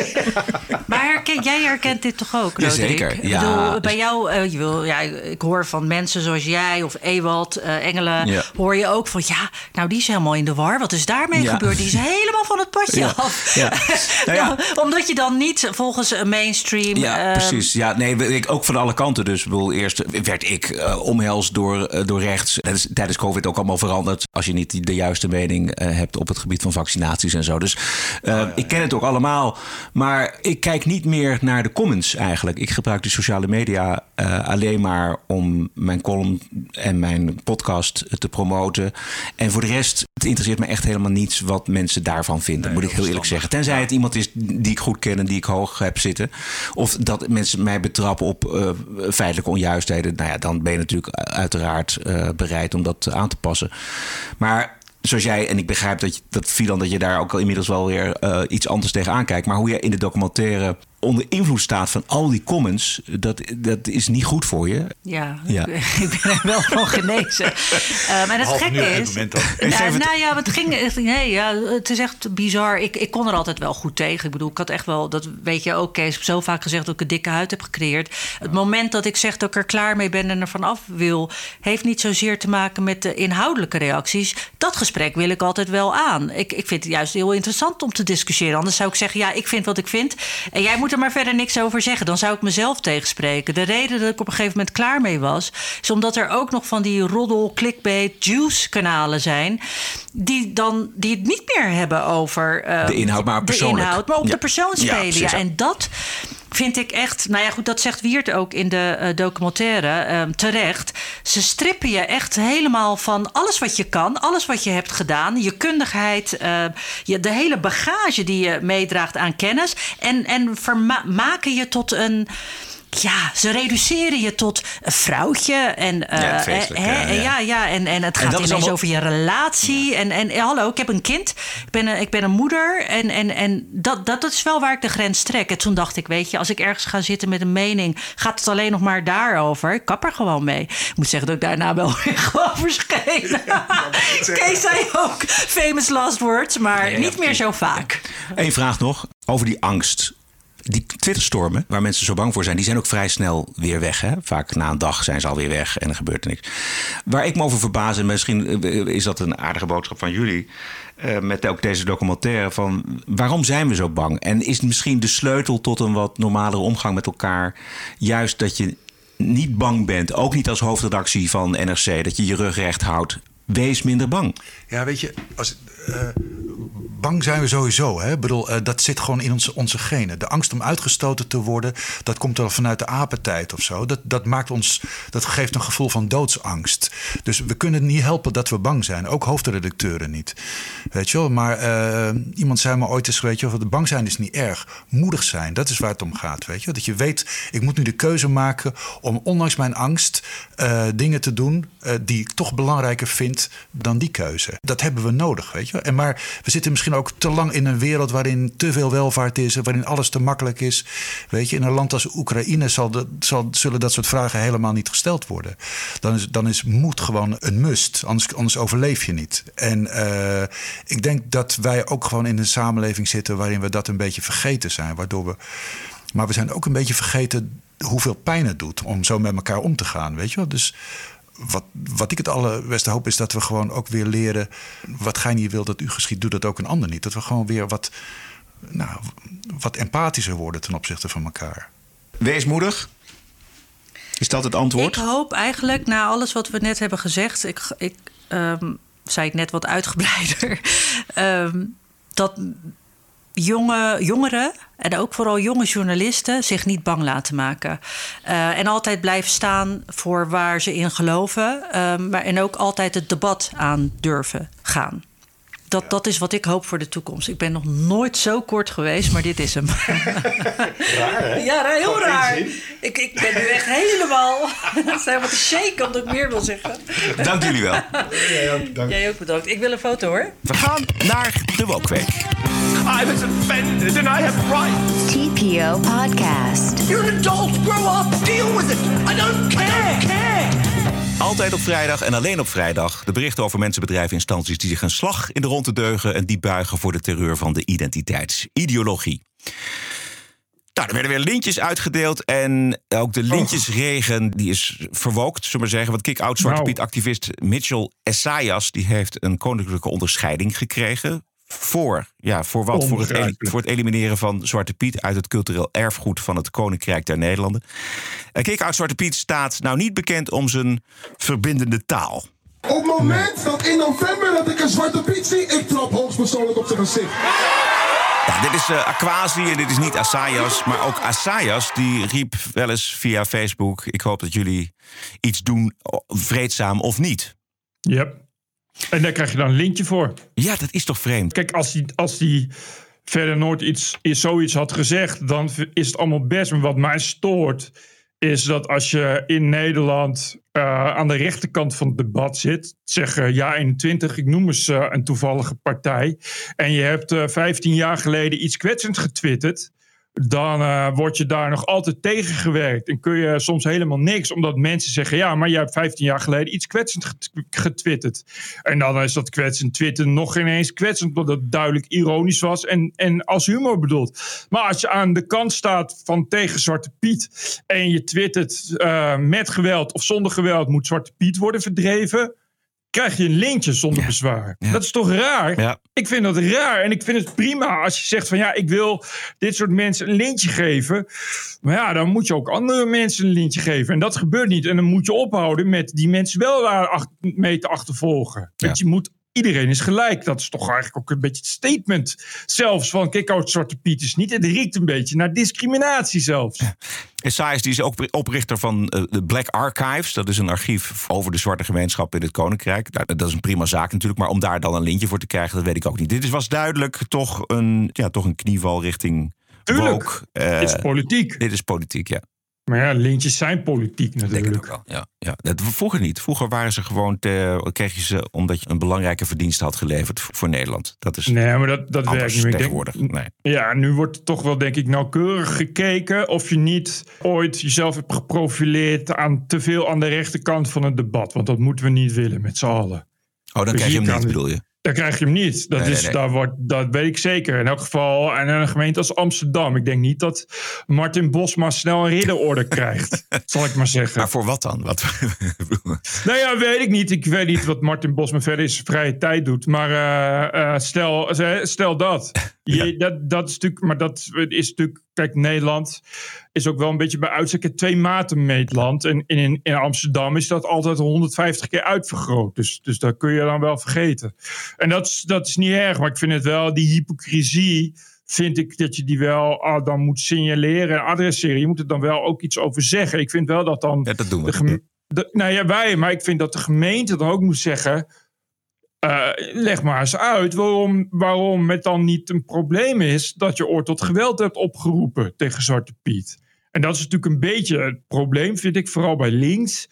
[SPEAKER 11] Maar herken, jij herkent dit toch ook, Roderick?
[SPEAKER 10] Jazeker, ja.
[SPEAKER 11] Ik bedoel, bij jou, uh, je wil, ja, ik hoor van mensen zoals jij of Ewald, uh, Engelen... Ja. hoor je ook van, ja, nou die is helemaal in de war. Wat is daarmee ja. gebeurd? Die is helemaal van het padje ja. af. Ja. Nou ja. Omdat je dan niet volgens een mainstream...
[SPEAKER 10] Ja, uh, precies. Ja, nee, ik, ook van alle kanten dus. Ik bedoel, eerst werd ik uh, omhelst door, uh, door rechts. Dat is tijdens COVID ook allemaal veranderd. Als je niet de juiste mening uh, hebt op het gebied van vaccinaties en zo. Dus uh, oh, ja, ik ken ja. het ook allemaal. Maar ik kijk niet meer naar de comments eigenlijk. Ik gebruik de sociale media uh, alleen maar om mijn column en mijn podcast te promoten. En voor de rest, het interesseert me echt helemaal niets wat mensen daarvan vinden. Nee, moet ik heel eerlijk zeggen. Tenzij ja. het iemand is die ik goed ken en die ik hoog heb zitten. Of dat mensen mij betrappen op uh, feitelijke onjuistheden. Nou ja, dan ben je natuurlijk uiteraard uh, bereid om dat aan te passen. Maar zoals jij, en ik begrijp dat, je, dat Fidan, dat je daar ook al inmiddels wel weer uh, iets anders tegenaan kijkt. Maar hoe je in de documentaire onder invloed staat van al die comments, dat, dat is niet goed voor je.
[SPEAKER 11] Ja, ja. Ik, ik ben er wel van genezen. uh, maar het
[SPEAKER 9] Half
[SPEAKER 11] gekke is... Nou, nou ja, het ging... Nee, ja, het is echt bizar. Ik, ik kon er altijd wel goed tegen. Ik bedoel, ik had echt wel... Dat weet je ook, Kees. Ik heb zo vaak gezegd dat ik een dikke huid heb gecreëerd. Het moment dat ik zeg dat ik er klaar mee ben en er vanaf wil, heeft niet zozeer te maken met de inhoudelijke reacties. Dat gesprek wil ik altijd wel aan. Ik, ik vind het juist heel interessant om te discussiëren. Anders zou ik zeggen, ja, ik vind wat ik vind. En jij moet er maar verder niks over zeggen. Dan zou ik mezelf tegenspreken. De reden dat ik op een gegeven moment klaar mee was, is omdat er ook nog van die roddel, clickbait, juice kanalen zijn, die dan die het niet meer hebben over uh,
[SPEAKER 10] de inhoud, maar persoonlijk.
[SPEAKER 11] De inhoud, maar op ja. de persoon spelen. Ja,
[SPEAKER 10] ja.
[SPEAKER 11] En dat vind ik echt... Nou ja, goed, dat zegt Wiert ook in de uh, documentaire. Um, terecht. Ze strippen je echt helemaal van alles wat je kan. Alles wat je hebt gedaan. Je kundigheid. Uh, je, de hele bagage die je meedraagt aan kennis. En, en verma- maken je tot een... Ja, ze reduceren je tot een vrouwtje. En, uh,
[SPEAKER 10] ja, feestelijk,
[SPEAKER 11] he,
[SPEAKER 10] ja, ja.
[SPEAKER 11] ja, ja, en, en het
[SPEAKER 10] en
[SPEAKER 11] gaat ineens
[SPEAKER 10] allemaal
[SPEAKER 11] over je relatie. Ja. En, en hallo, ik heb een kind. Ik ben een, ik ben een moeder. En, en, en dat, dat, dat is wel waar ik de grens trek. En toen dacht ik, weet je, als ik ergens ga zitten met een mening, gaat het alleen nog maar daarover. Ik kap er gewoon mee. Ik moet zeggen dat ik daarna wel weer gewoon verscheen. Ja, Kees zei ook famous last words, maar ja, ja, niet meer zo vaak.
[SPEAKER 10] Eén vraag nog over die angst. Die Twitterstormen, waar mensen zo bang voor zijn, die zijn ook vrij snel weer weg. Hè? Vaak na een dag zijn ze alweer weg en er gebeurt er niks. Waar ik me over verbaas, en misschien is dat een aardige boodschap van jullie, Uh, met ook deze documentaire, van waarom zijn we zo bang? En is misschien de sleutel tot een wat normalere omgang met elkaar juist dat je niet bang bent, ook niet als hoofdredactie van N R C, dat je je rug recht houdt. Wees minder bang.
[SPEAKER 9] Ja, weet je, als, uh, bang zijn we sowieso. Hè? Ik bedoel, uh, dat zit gewoon in onze, onze genen. De angst om uitgestoten te worden, dat komt al vanuit de apentijd of zo. Dat, dat, maakt ons, dat geeft een gevoel van doodsangst. Dus we kunnen niet helpen dat we bang zijn. Ook hoofdredacteuren niet. Weet je wel? Maar uh, iemand zei me ooit eens, weet je wel, bang zijn is niet erg. Moedig zijn, dat is waar het om gaat. Weet je wel? Dat je weet, ik moet nu de keuze maken om ondanks mijn angst uh, dingen te doen uh, die ik toch belangrijker vind dan die keuze. Dat hebben we nodig, weet je. En maar we zitten misschien ook te lang in een wereld waarin te veel welvaart is, waarin alles te makkelijk is. Weet je, in een land als Oekraïne zal de, zal, zullen dat soort vragen helemaal niet gesteld worden. Dan is, dan is moed gewoon een must. Anders, anders overleef je niet. En uh, ik denk dat wij ook gewoon in een samenleving zitten waarin we dat een beetje vergeten zijn. Waardoor we, maar we zijn ook een beetje vergeten hoeveel pijn het doet om zo met elkaar om te gaan, weet je wel. Dus Wat, wat ik het allerbeste hoop is dat we gewoon ook weer leren, wat gij niet wil dat u geschiet, doe dat ook een ander niet. Dat we gewoon weer wat, nou, wat empathischer worden ten opzichte van elkaar.
[SPEAKER 10] Wees moedig. Is dat het antwoord?
[SPEAKER 11] Ik hoop eigenlijk, na alles wat we net hebben gezegd, ik, ik um, zei het net wat uitgebreider, um, dat jonge jongeren en ook vooral jonge journalisten zich niet bang laten maken. Uh, en altijd blijven staan voor waar ze in geloven. Uh, maar en ook altijd het debat aan durven gaan. Dat, dat is wat ik hoop voor de toekomst. Ik ben nog nooit zo kort geweest, maar dit is hem.
[SPEAKER 9] Raar, hè?
[SPEAKER 11] Ja, heel raar. Ik, ik ben nu echt helemaal... Het is helemaal te shaken omdat ik meer wil zeggen.
[SPEAKER 10] Dank jullie wel.
[SPEAKER 9] Ja, dank.
[SPEAKER 11] Jij ook bedankt. Ik wil een foto, hoor.
[SPEAKER 1] We gaan naar de Wokweek.
[SPEAKER 5] I was offended and I have rights.
[SPEAKER 2] T P O Podcast.
[SPEAKER 5] You're an adult. Grow up. Deal with it. I don't care. care.
[SPEAKER 1] Altijd op vrijdag en alleen op vrijdag. De berichten over mensen, bedrijven, instanties die zich een slag in de ronde deugen en die buigen voor de terreur van de identiteitsideologie. Nou, er werden weer lintjes uitgedeeld en ook de lintjesregen die is verwookt, zullen we maar zeggen. Want kick-out Zwarte
[SPEAKER 6] Nou.
[SPEAKER 1] Piet-activist Mitchell Essayas die heeft een koninklijke onderscheiding gekregen. Voor, ja, voor wat? Voor het, el- voor het elimineren van Zwarte Piet uit het cultureel erfgoed van het Koninkrijk der Nederlanden. En kick-out Zwarte Piet staat nou niet bekend om zijn verbindende taal.
[SPEAKER 12] Op het moment dat in november dat ik een Zwarte Piet zie, ik trap hoogstpersoonlijk op zijn gezicht.
[SPEAKER 1] Ja, dit is uh, Aquasi en dit is niet Assayas. Maar ook Assayas die riep wel eens via Facebook: ik hoop dat jullie iets doen, vreedzaam of niet.
[SPEAKER 6] Yep. En daar krijg je dan een lintje voor.
[SPEAKER 1] Ja, dat is toch vreemd?
[SPEAKER 6] Kijk, als die, als die verder nooit iets, zoiets had gezegd, dan is het allemaal best. Maar wat mij stoort, is dat als je in Nederland uh, aan de rechterkant van het debat zit, zeg uh, ja eenentwintig, ik noem eens uh, een toevallige partij, en je hebt uh, vijftien jaar geleden iets kwetsends getwitterd, dan uh, word je daar nog altijd tegen gewerkt. En kun je soms helemaal niks, omdat mensen zeggen, ja, maar jij hebt vijftien jaar geleden iets kwetsend get- getwitterd. En dan is dat kwetsend twitteren nog geen eens kwetsend, omdat het duidelijk ironisch was en, en als humor bedoeld. Maar als je aan de kant staat van tegen Zwarte Piet en je twittert uh, met geweld of zonder geweld moet Zwarte Piet worden verdreven, krijg je een lintje zonder ja. bezwaar. Ja. Dat is toch raar?
[SPEAKER 1] Ja.
[SPEAKER 6] Ik vind dat raar. En ik vind het prima als je zegt van ja, ik wil dit soort mensen een lintje geven. Maar ja, dan moet je ook andere mensen een lintje geven. En dat gebeurt niet. En dan moet je ophouden met die mensen wel daar mee te achtervolgen. Ja. Want je moet, iedereen is gelijk. Dat is toch eigenlijk ook een beetje het statement zelfs van kick-out Zwarte Piet is niet. Het riekt een beetje naar discriminatie zelfs. Ja.
[SPEAKER 1] Essayas die is ook oprichter van uh, de Black Archives. Dat is een archief over de zwarte gemeenschap in het Koninkrijk. Nou, dat is een prima zaak natuurlijk. Maar om daar dan een lintje voor te krijgen, dat weet ik ook niet. Dit was duidelijk toch een, ja, toch een knieval richting
[SPEAKER 6] Tuurlijk,
[SPEAKER 1] woke. Uh,
[SPEAKER 6] dit is politiek.
[SPEAKER 1] Dit is politiek, ja.
[SPEAKER 6] Maar ja, lintjes zijn politiek natuurlijk.
[SPEAKER 1] Denk ik ook wel, ja, ja. Dat, vroeger niet. Vroeger waren ze gewoon te, kreeg je ze omdat je een belangrijke verdienste had geleverd voor Nederland. Dat is
[SPEAKER 6] nee, maar dat, dat werkt niet meer
[SPEAKER 1] tegenwoordig.
[SPEAKER 6] Denk,
[SPEAKER 1] nee.
[SPEAKER 6] Ja, nu wordt er toch wel denk ik nauwkeurig gekeken of je niet ooit jezelf hebt geprofileerd aan te veel aan de rechterkant van het debat. Want dat moeten we niet willen met z'n allen.
[SPEAKER 1] Oh, dan
[SPEAKER 6] dus
[SPEAKER 1] krijg je hem niet, bedoel je?
[SPEAKER 6] Dan krijg je hem niet. Dat,
[SPEAKER 1] nee,
[SPEAKER 6] is,
[SPEAKER 1] nee, nee.
[SPEAKER 6] Daar wordt, dat weet ik zeker. In elk geval en in een gemeente als Amsterdam. Ik denk niet dat Martin Bosma snel een ridderorde krijgt. Zal ik maar zeggen.
[SPEAKER 1] Maar voor wat dan? Wat?
[SPEAKER 6] Nou ja, weet ik niet. Ik weet niet wat Martin Bosma verder in zijn vrije tijd doet. Maar uh, uh, stel, stel dat. Je, ja. dat. Dat is natuurlijk, maar dat is natuurlijk... Kijk, Nederland is ook wel een beetje bij uitstek een twee-maten-meetland. En in, in Amsterdam is dat altijd honderdvijftig keer uitvergroot. Dus, dus dat kun je dan wel vergeten. En dat is, dat is niet erg, maar ik vind het wel, die hypocrisie, vind ik dat je die wel ah, dan moet signaleren en adresseren. Je moet er dan wel ook iets over zeggen. Ik vind wel dat dan...
[SPEAKER 1] Ja, dat doen we.
[SPEAKER 6] De geme- de, nou ja, wij, maar ik vind dat de gemeente dan ook moet zeggen... Uh, leg maar eens uit waarom, waarom het dan niet een probleem is dat je ooit tot geweld hebt opgeroepen tegen Zwarte Piet. En dat is natuurlijk een beetje het probleem, vind ik, vooral bij links,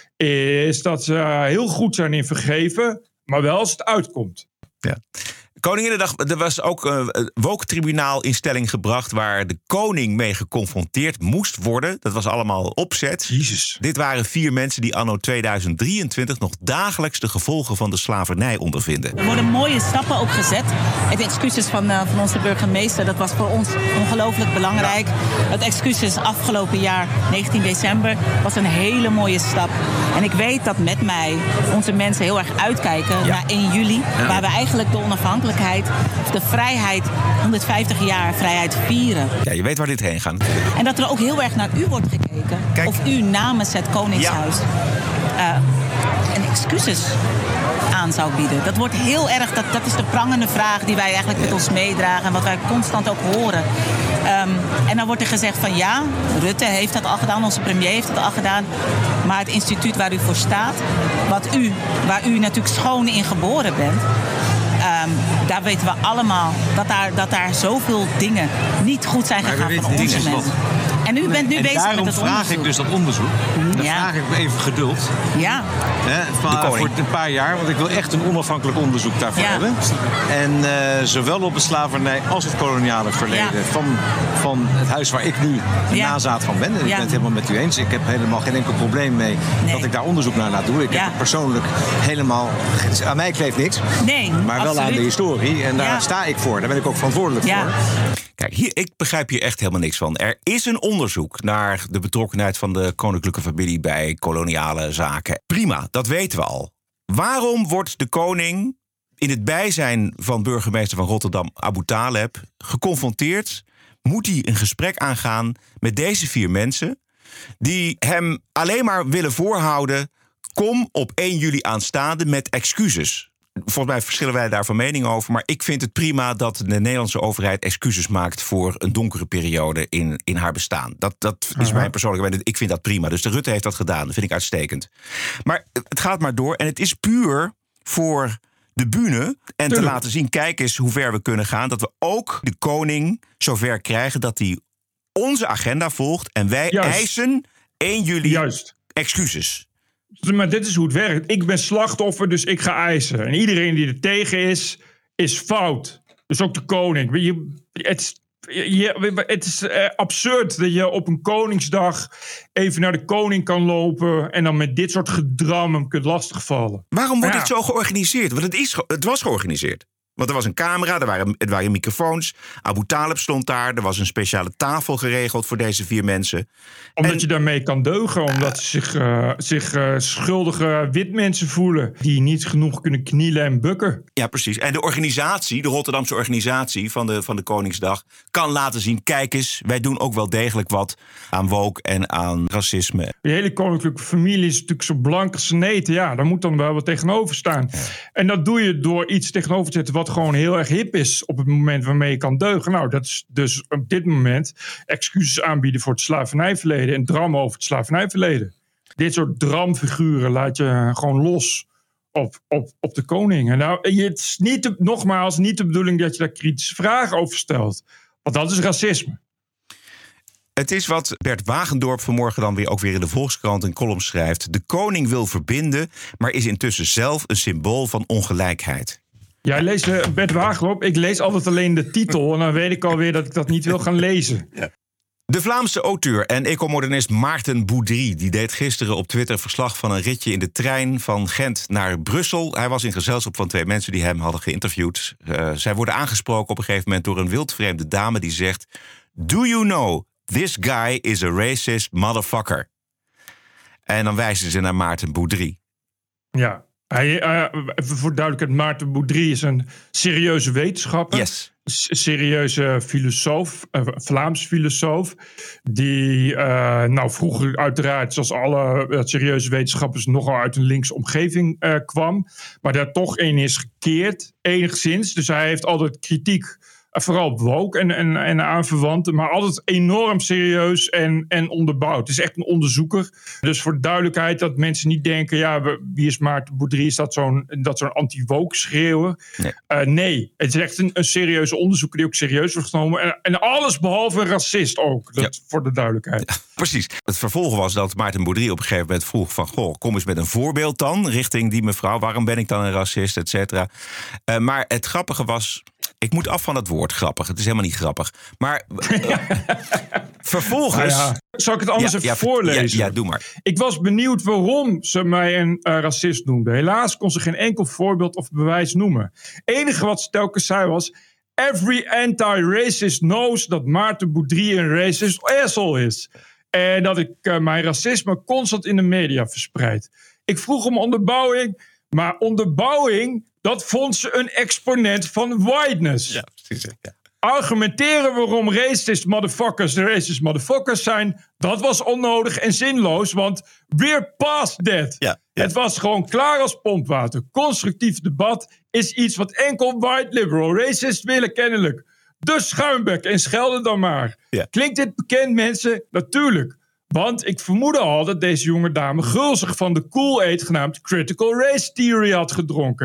[SPEAKER 6] is dat ze heel goed zijn in vergeven, maar wel als het uitkomt.
[SPEAKER 1] Ja. Koninginnedag, er was ook een woke-tribunaal in stelling gebracht waar de koning mee geconfronteerd moest worden. Dat was allemaal opzet.
[SPEAKER 6] Jezus.
[SPEAKER 1] Dit waren vier mensen die anno tweeduizend drieëntwintig nog dagelijks de gevolgen van de slavernij ondervinden.
[SPEAKER 13] Er worden mooie stappen ook gezet. Het excuses van, uh, van onze burgemeester, dat was voor ons ongelooflijk belangrijk. Ja. Het excuses afgelopen jaar, negentien december, was een hele mooie stap. En ik weet dat met mij onze mensen heel erg uitkijken ja. naar één juli, ja. waar we eigenlijk de onafhankelijkheid of de vrijheid, honderdvijftig jaar vrijheid vieren.
[SPEAKER 1] Ja, je weet waar dit heen gaat.
[SPEAKER 13] En dat er ook heel erg naar u wordt gekeken. Kijk. Of u namens het Koningshuis ja. uh, een excuses aan zou bieden. Dat wordt heel erg, dat, dat is de prangende vraag die wij eigenlijk met ons meedragen en wat wij constant ook horen. Um, en dan wordt er gezegd van ja, Rutte heeft dat al gedaan, onze premier heeft dat al gedaan. Maar het instituut waar u voor staat, wat u, waar u natuurlijk schoon in geboren bent, Um, daar weten we allemaal dat daar, dat daar zoveel dingen niet goed zijn gegaan van onze mensen. En u bent nu
[SPEAKER 14] en
[SPEAKER 13] bezig met
[SPEAKER 14] daarom
[SPEAKER 13] het
[SPEAKER 14] vraag
[SPEAKER 13] onderzoek.
[SPEAKER 14] ik dus dat onderzoek. Dan
[SPEAKER 13] Ja.
[SPEAKER 14] vraag ik even geduld.
[SPEAKER 13] Ja.
[SPEAKER 14] Hè, van, voor een paar jaar, want ik wil echt een onafhankelijk onderzoek daarvoor
[SPEAKER 13] Ja.
[SPEAKER 14] hebben. En uh, zowel op de slavernij als het koloniale verleden
[SPEAKER 13] Ja.
[SPEAKER 14] van, van het huis waar ik nu de
[SPEAKER 13] Ja.
[SPEAKER 14] nazaat van ben. En ik
[SPEAKER 13] Ja.
[SPEAKER 14] ben het helemaal met u eens. Ik heb helemaal geen enkel probleem mee
[SPEAKER 13] Nee.
[SPEAKER 14] dat ik daar onderzoek naar laat doen. Ik
[SPEAKER 13] Ja.
[SPEAKER 14] heb persoonlijk helemaal... Aan mij kleeft niks.
[SPEAKER 13] Nee,
[SPEAKER 14] Maar wel
[SPEAKER 13] absoluut.
[SPEAKER 14] aan de historie. En daar
[SPEAKER 13] Ja.
[SPEAKER 14] sta ik voor. Daar ben ik ook verantwoordelijk
[SPEAKER 13] Ja.
[SPEAKER 14] voor.
[SPEAKER 1] Kijk, hier, ik begrijp hier echt helemaal niks van. Er is een onderzoek naar de betrokkenheid van de koninklijke familie bij koloniale zaken. Prima, dat weten we al. Waarom wordt de koning in het bijzijn van burgemeester van Rotterdam, Abu Taleb, geconfronteerd? Moet hij een gesprek aangaan met deze vier mensen die hem alleen maar willen voorhouden: kom op één juli aanstaande met excuses. Volgens mij verschillen wij daar van mening over. Maar ik vind het prima dat de Nederlandse overheid excuses maakt voor een donkere periode in, in haar bestaan. Dat, dat is mijn persoonlijke mening. Ik vind dat prima. Dus de Rutte heeft dat gedaan. Dat vind ik uitstekend. Maar het gaat maar door. En het is puur voor de bühne. En
[SPEAKER 6] Tuurlijk.
[SPEAKER 1] te laten zien, kijk eens hoe ver we kunnen gaan. Dat we ook de koning zover krijgen dat hij onze agenda volgt. En wij
[SPEAKER 6] Juist.
[SPEAKER 1] eisen één juli
[SPEAKER 6] Juist.
[SPEAKER 1] excuses.
[SPEAKER 6] Maar dit is hoe het werkt. Ik ben slachtoffer, dus ik ga eisen. En iedereen die er tegen is, is fout. Dus ook de koning. Je, het, is- je, het is eh, absurd dat je op een Koningsdag even naar de koning kan lopen en dan met dit soort gedram hem kunt lastigvallen.
[SPEAKER 1] Waarom wordt
[SPEAKER 6] Ja.
[SPEAKER 1] dit zo georganiseerd? Want het, is, ge- het was georganiseerd. Want er was een camera, er waren, er waren microfoons. Abu Taleb stond daar. Er was een speciale tafel geregeld voor deze vier mensen.
[SPEAKER 6] Omdat
[SPEAKER 1] En-
[SPEAKER 6] je daarmee kan deugen. Omdat ze zich, eh, zich eh, schuldige witmensen voelen. Die niet genoeg kunnen knielen en bukken.
[SPEAKER 1] Ja, precies. En de organisatie, de Rotterdamse organisatie van de, van de Koningsdag, kan laten zien: kijk eens, wij doen ook wel degelijk wat aan woke en aan racisme.
[SPEAKER 6] Die hele koninklijke familie is natuurlijk zo blank als een eten. Ja, daar moet dan wel wat tegenover staan. En dat doe je door iets tegenover te zetten wat gewoon heel erg hip is op het moment waarmee je kan deugen. Nou, dat is dus op dit moment excuses aanbieden voor het slavernijverleden en drammen over het slavernijverleden. Dit soort dramfiguren laat je gewoon los op, op, op de koning. En nou, het is niet de, nogmaals niet de bedoeling dat je daar kritische vragen over stelt. Want dat is racisme.
[SPEAKER 1] Het is wat Bert Wagendorp vanmorgen dan weer ook weer in de Volkskrant een column schrijft. De koning wil verbinden, maar is intussen zelf een symbool van ongelijkheid.
[SPEAKER 6] Jij leest uh, Bert Wagendorp. Ik lees altijd alleen de titel. En dan weet ik alweer dat ik dat niet wil gaan lezen.
[SPEAKER 1] Ja. De Vlaamse auteur en ecomodernist Maarten Boudry die deed gisteren op Twitter verslag van een ritje in de trein van Gent naar Brussel. Hij was in gezelschap van twee mensen die hem hadden geïnterviewd. Uh, zij worden aangesproken op een gegeven moment door een wildvreemde dame die zegt: Do you know, this guy is a racist motherfucker. En dan wijzen ze naar Maarten Boudry.
[SPEAKER 6] Ja. Hij, uh, voor duidelijkheid, Maarten Boudry is een serieuze wetenschapper.
[SPEAKER 1] Yes.
[SPEAKER 6] S- serieuze filosoof, uh, Vlaams filosoof. Die uh, nou, vroeger uiteraard, zoals alle uh, serieuze wetenschappers, nogal uit een linkse omgeving uh, kwam. Maar daar toch in is gekeerd, enigszins. Dus hij heeft altijd kritiek. Vooral op woke en, en, en aanverwanten, maar altijd enorm serieus en, en onderbouwd. Het is echt een onderzoeker. Dus voor de duidelijkheid dat mensen niet denken: ja, wie is Maarten Boudry? Is dat zo'n, dat zo'n anti-woke schreeuwen?
[SPEAKER 1] Nee.
[SPEAKER 6] Uh, nee, het is echt een, een serieuze onderzoeker die ook serieus wordt genomen. En, en alles behalve een racist ook, dat, ja. Voor de duidelijkheid.
[SPEAKER 1] Ja, precies. Het vervolg was dat Maarten Boudry op een gegeven moment vroeg van: goh, kom eens met een voorbeeld dan richting die mevrouw. Waarom ben ik dan een racist, et cetera. Uh, maar het grappige was: ik moet af van het woord grappig. Het is helemaal niet grappig. Maar uh, vervolgens...
[SPEAKER 6] Nou ja, zal ik het anders
[SPEAKER 1] ja,
[SPEAKER 6] even
[SPEAKER 1] ja,
[SPEAKER 6] voorlezen?
[SPEAKER 1] Ja, ja, doe maar.
[SPEAKER 6] Ik was benieuwd waarom ze mij een uh, racist noemden. Helaas kon ze geen enkel voorbeeld of bewijs noemen. Het enige wat ze telkens zei was: every anti-racist knows dat Maarten Boudry een racist asshole is. En dat ik uh, mijn racisme constant in de media verspreid. Ik vroeg om onderbouwing, maar onderbouwing, dat vond ze een exponent van whiteness.
[SPEAKER 1] Ja, precies. Ja.
[SPEAKER 6] Argumenteren waarom racist motherfuckers de racist motherfuckers zijn, dat was onnodig en zinloos, want we're past that.
[SPEAKER 1] Ja, ja.
[SPEAKER 6] Het was gewoon klaar als pompwater. Constructief debat is iets wat enkel white liberal racists willen kennelijk. Dus schuimbek en schelden dan maar.
[SPEAKER 1] Ja.
[SPEAKER 6] Klinkt dit bekend, mensen? Natuurlijk. Want ik vermoedde al dat deze jonge dame gulzig van de Kool-Aid genaamd Critical Race Theory had gedronken.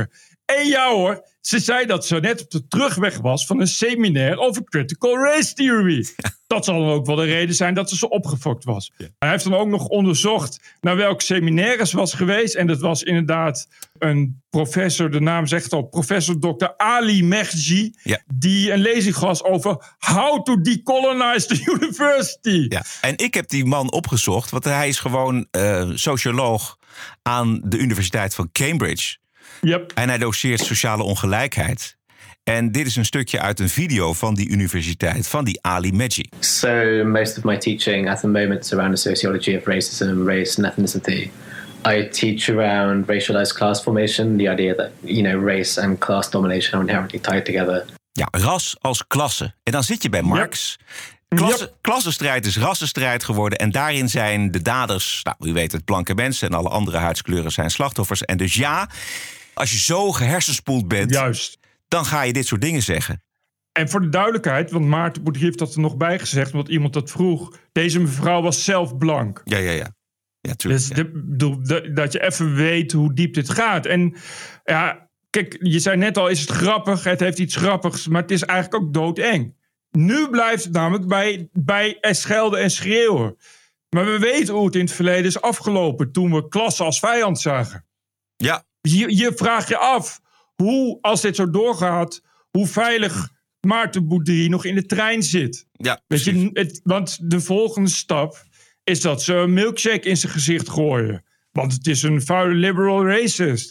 [SPEAKER 6] En ja hoor, ze zei dat ze net op de terugweg was van een seminair over critical race theory. Dat zal dan ook wel de reden zijn dat ze zo opgefokt was. Ja. Hij heeft dan ook nog onderzocht naar welk seminaire ze was geweest. En dat was inderdaad een professor, de naam zegt al, professor dokter Ali Mehdi. Ja. Die een lezing was over how to decolonize the university.
[SPEAKER 1] Ja. En ik heb die man opgezocht, want hij is gewoon uh, socioloog aan de Universiteit van Cambridge.
[SPEAKER 6] Yep.
[SPEAKER 1] En hij doseert sociale ongelijkheid. En dit is een stukje uit een video van die universiteit, van die Ali Mehdi.
[SPEAKER 15] So most of my teaching at the moment is around the sociology of racism, race and ethnicity. I teach around racialized class formation, the idea that, you know, race and class domination are inherently tied together.
[SPEAKER 1] Ja, ras als klasse. En dan zit je bij Marx. Yep. Klasse, yep. Klassenstrijd is rassenstrijd geworden. En daarin zijn de daders, nou, u weet het, blanke mensen en alle andere huidskleuren zijn slachtoffers. En dus ja, als je zo gehersenspoeld bent,
[SPEAKER 6] juist,
[SPEAKER 1] dan ga je dit soort dingen zeggen.
[SPEAKER 6] En voor de duidelijkheid, want Maarten Boudry heeft dat er nog bij gezegd, omdat iemand dat vroeg. Deze mevrouw was zelf blank.
[SPEAKER 1] Ja, ja, ja. Ja, tuurlijk,
[SPEAKER 6] dus
[SPEAKER 1] ja.
[SPEAKER 6] De, de, dat je even weet hoe diep dit gaat. En ja, kijk, je zei net al, is het grappig? Het heeft iets grappigs, maar het is eigenlijk ook doodeng. Nu blijft het namelijk bij, bij schelden en schreeuwen. Maar we weten hoe het in het verleden is afgelopen, toen we klassen als vijand zagen.
[SPEAKER 1] Ja.
[SPEAKER 6] Je, je vraagt je af, hoe, als dit zo doorgaat, hoe veilig Maarten Boudry nog in de trein zit.
[SPEAKER 1] Ja,
[SPEAKER 6] weet je, het, want de volgende stap is dat ze een milkshake in zijn gezicht gooien. Want het is een vuile liberal racist.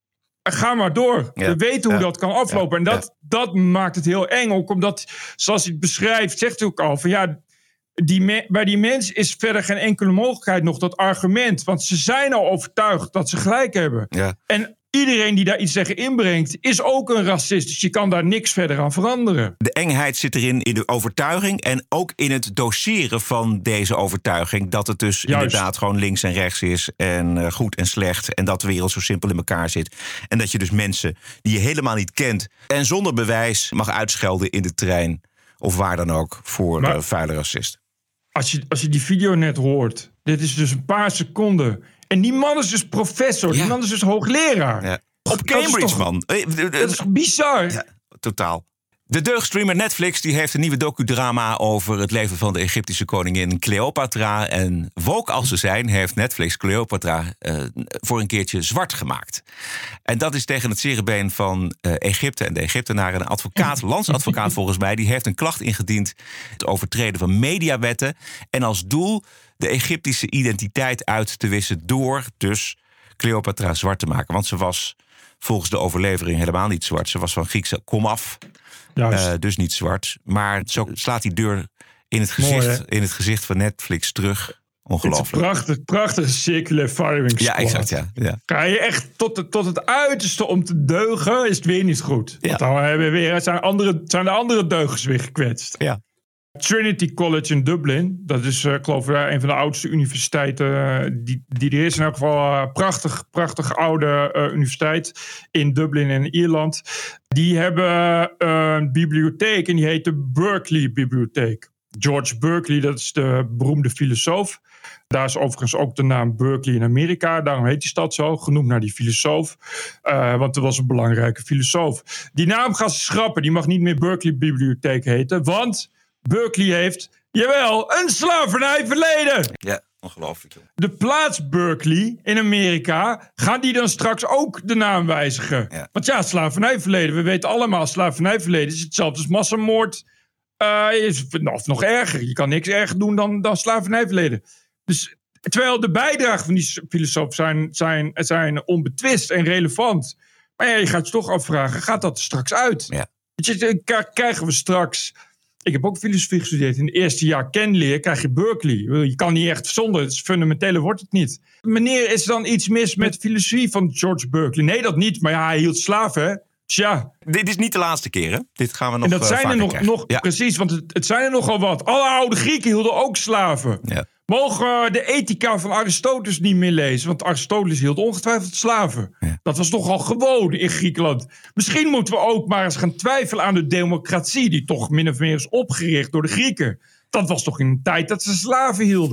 [SPEAKER 6] Ga maar door. Ja. We weten hoe ja. dat kan aflopen. Ja. En dat, ja. dat maakt het heel eng. Ook omdat, zoals hij het beschrijft, zegt hij ook al van ja, die me, bij die mens is verder geen enkele mogelijkheid nog dat argument. Want ze zijn al overtuigd dat ze gelijk hebben.
[SPEAKER 1] Ja.
[SPEAKER 6] En iedereen die daar iets tegen inbrengt, is ook een racist. Dus je kan daar niks verder aan veranderen.
[SPEAKER 1] De engheid zit erin in de overtuiging en ook in het doseren van deze overtuiging. Dat het dus Juist. inderdaad gewoon links en rechts is en uh, goed en slecht. En dat de wereld zo simpel in elkaar zit. En dat je dus mensen die je helemaal niet kent en zonder bewijs mag uitschelden in de trein. Of waar dan ook voor maar, uh, vuile racisten.
[SPEAKER 6] Als je, als je die video net hoort, dit is dus een paar seconden. En die man is dus professor. Ja. Die man is dus hoogleraar.
[SPEAKER 1] Ja. Op Cambridge,
[SPEAKER 6] dat toch,
[SPEAKER 1] man.
[SPEAKER 6] Dat is toch bizar?
[SPEAKER 1] Ja, totaal. De deugdstreamer Netflix die heeft een nieuwe docudrama over het leven van de Egyptische koningin Cleopatra. En woke als ze zijn, heeft Netflix Cleopatra uh, voor een keertje zwart gemaakt. En dat is tegen het zere been van uh, Egypte en de Egyptenaren. Een advocaat, landsadvocaat volgens mij, die heeft een klacht ingediend. Het overtreden van mediawetten. En als doel de Egyptische identiteit uit te wissen door dus Cleopatra zwart te maken. Want ze was volgens de overlevering helemaal niet zwart. Ze was van Griekse komaf. Uh, dus niet zwart. Maar zo slaat die deur in het gezicht, Mooi, in het gezicht van Netflix terug. Ongelooflijk.
[SPEAKER 6] Het is een prachtig, prachtige circular firing squad.
[SPEAKER 1] Ja, exact, ja. ja.
[SPEAKER 6] Ga je echt tot, de, tot het uiterste om te deugen, is het weer niet goed. Ja. Want dan hebben we weer, zijn, andere, zijn de andere deugers weer gekwetst.
[SPEAKER 1] Ja.
[SPEAKER 6] Trinity College in Dublin. Dat is, uh, ik geloof ik, een van de oudste universiteiten uh, die, die er is. In elk geval een uh, prachtig, prachtig oude uh, universiteit in Dublin in Ierland. Die hebben uh, een bibliotheek en die heet de Berkeley Bibliotheek. George Berkeley, dat is de beroemde filosoof. Daar is overigens ook de naam Berkeley in Amerika. Daarom heet die stad zo, genoemd naar die filosoof. Uh, want er was een belangrijke filosoof. Die naam gaan ze schrappen. Die mag niet meer Berkeley Bibliotheek heten. Want Berkeley heeft, jawel, een slavernijverleden.
[SPEAKER 1] Ja, ongelooflijk. Joh.
[SPEAKER 6] De plaats Berkeley in Amerika, gaan die dan straks ook de naam wijzigen? Ja. Want ja, slavernijverleden, we weten allemaal, slavernijverleden is hetzelfde als massamoord. Uh, is, of nog erger, je kan niks erger doen dan, dan slavernijverleden. Dus, terwijl de bijdragen van die filosoof zijn, zijn, zijn onbetwist en relevant. Maar ja, je gaat je toch afvragen, gaat dat er straks uit?
[SPEAKER 1] Ja.
[SPEAKER 6] Weet je, krijgen we straks... Ik heb ook filosofie gestudeerd. In het eerste jaar kenleer krijg je Berkeley. Je kan niet echt zonder. Het is fundamentele wordt het niet. Meneer, is er dan iets mis met filosofie van George Berkeley? Nee, dat niet. Maar ja, hij hield slaven, hè? Tja.
[SPEAKER 1] Dit is niet de laatste keer, hè? Dit gaan we nog
[SPEAKER 6] En dat
[SPEAKER 1] uh,
[SPEAKER 6] zijn er nog, nog ja. Precies, want het, het zijn er nogal wat. Alle oude Grieken hielden ook slaven.
[SPEAKER 1] Ja.
[SPEAKER 6] Mogen uh, de ethica van Aristoteles niet meer lezen? Want Aristoteles hield ongetwijfeld slaven.
[SPEAKER 1] Ja.
[SPEAKER 6] Dat was toch al gewoon in Griekenland. Misschien moeten we ook maar eens gaan twijfelen aan de democratie, die toch min of meer is opgericht door de Grieken. Dat was toch in een tijd dat ze slaven hielden.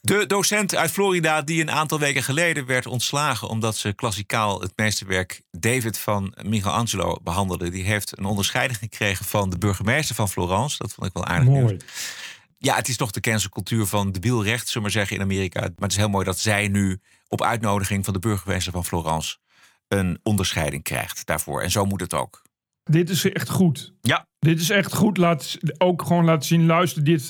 [SPEAKER 1] De docent uit Florida die een aantal weken geleden werd ontslagen omdat ze klassikaal het meesterwerk David van Michelangelo behandelde, die heeft een onderscheiding gekregen van de burgemeester van Florence. Dat vond ik wel aardig.
[SPEAKER 6] Mooi.
[SPEAKER 1] Nieuws. Ja, het is toch de cancelcultuur van debiel recht, zullen we maar zeggen, in Amerika. Maar het is heel mooi dat zij nu op uitnodiging van de burgemeester van Florence een onderscheiding krijgt daarvoor. En zo moet het ook.
[SPEAKER 6] Dit is echt goed.
[SPEAKER 1] Ja.
[SPEAKER 6] Dit is echt goed. Laat ook gewoon laten zien, luister, dit...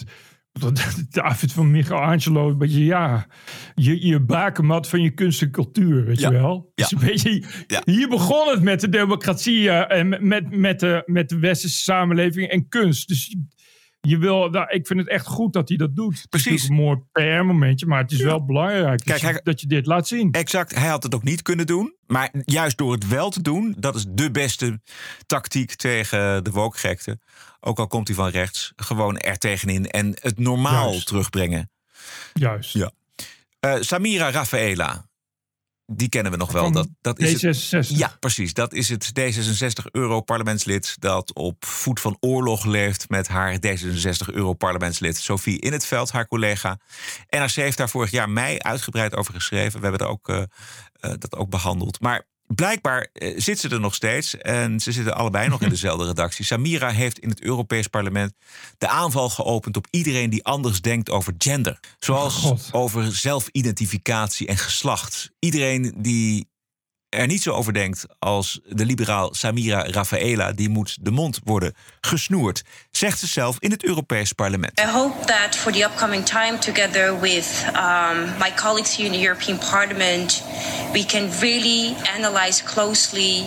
[SPEAKER 6] David van Michelangelo, een beetje, ja, je, je bakermat van je kunst en cultuur, weet
[SPEAKER 1] ja.
[SPEAKER 6] je wel?
[SPEAKER 1] Ja.
[SPEAKER 6] Dus een beetje, ja. Hier begon het met de democratie uh, en met, met, met, de, met de westerse samenleving en kunst. Dus je wil, nou, ik vind het echt goed dat hij dat doet.
[SPEAKER 1] Precies.
[SPEAKER 6] Het is een mooi P R-momentje, maar het is ja. wel belangrijk Kijk, dat, je, dat je dit laat zien.
[SPEAKER 1] Exact, hij had het ook niet kunnen doen. Maar juist door het wel te doen, dat is de beste tactiek tegen de wokgekte. Ook al komt hij van rechts, gewoon er tegenin en het normaal Juist. terugbrengen.
[SPEAKER 6] Juist.
[SPEAKER 1] Ja. Uh, Samira Rafaela, die kennen we nog wel.
[SPEAKER 6] Van
[SPEAKER 1] dat, dat is
[SPEAKER 6] D zesenzestig.
[SPEAKER 1] Het, ja, precies. Dat is het D zesenzestig-Euro-parlementslid dat op voet van oorlog leeft met haar D zesenzestig-Euro-parlementslid Sophie In 't Veld, haar collega. N R C heeft daar vorig jaar mei uitgebreid over geschreven. We hebben er ook, uh, uh, dat ook behandeld. Maar blijkbaar uh, zit ze er nog steeds en ze zitten allebei nog in dezelfde redactie. Samira heeft in het Europees Parlement de aanval geopend op iedereen die anders denkt over gender. Zoals
[SPEAKER 6] oh
[SPEAKER 1] over zelfidentificatie en geslacht. Iedereen die er niet zo over denkt als de liberaal Samira Rafaela, die moet de mond worden gesnoerd, zegt ze zelf in het Europees Parlement.
[SPEAKER 16] I hope that for the upcoming time, together with um, my colleagues here in the European Parliament, we can really analyze closely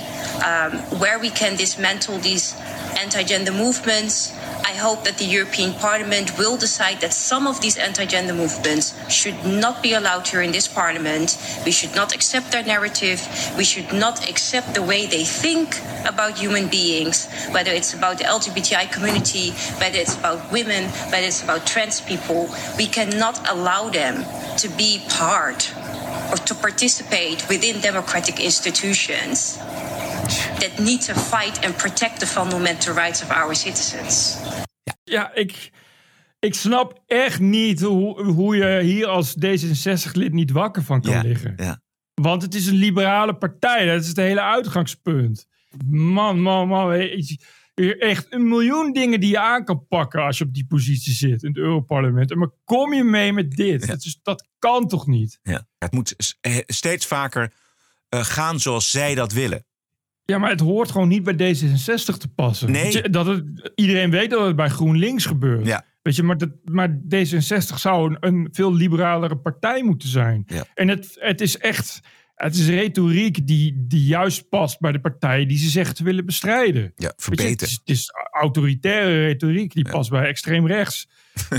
[SPEAKER 16] um, where we can dismantle these anti-gender movements. I hope that the European Parliament will decide that some of these anti-gender movements should not be allowed here in this Parliament. We should not accept their narrative. We should not accept the way they think about human beings, whether it's about the L G B T I community, whether it's about women, whether it's about trans people. We cannot allow them to be part or to participate within democratic institutions that need to fight and protect the fundamental rights of our citizens.
[SPEAKER 6] Ja, ja ik, ik snap echt niet hoe, hoe je hier als D zesenzestig-lid niet wakker van kan
[SPEAKER 1] ja,
[SPEAKER 6] liggen.
[SPEAKER 1] Ja.
[SPEAKER 6] Want het is een liberale partij. Dat is het hele uitgangspunt. Man, man, man. Echt een miljoen dingen die je aan kan pakken als je op die positie zit in het Europarlement. Maar kom je mee met dit?
[SPEAKER 1] Ja.
[SPEAKER 6] Dat, is, dat kan toch niet?
[SPEAKER 1] Ja. Het moet steeds vaker uh, gaan zoals zij dat willen.
[SPEAKER 6] Ja, maar het hoort gewoon niet bij D zesenzestig te passen.
[SPEAKER 1] Nee.
[SPEAKER 6] Je, dat het, iedereen weet dat het bij GroenLinks gebeurt.
[SPEAKER 1] Ja.
[SPEAKER 6] Weet je, maar, dat, maar D zesenzestig zou een, een veel liberalere partij moeten zijn.
[SPEAKER 1] Ja.
[SPEAKER 6] En het, het is echt... Het is retoriek die, die juist past bij de partijen die ze zeggen te willen bestrijden.
[SPEAKER 1] Ja, verbeteren.
[SPEAKER 6] Het is, het is autoritaire retoriek die ja. past bij extreem rechts.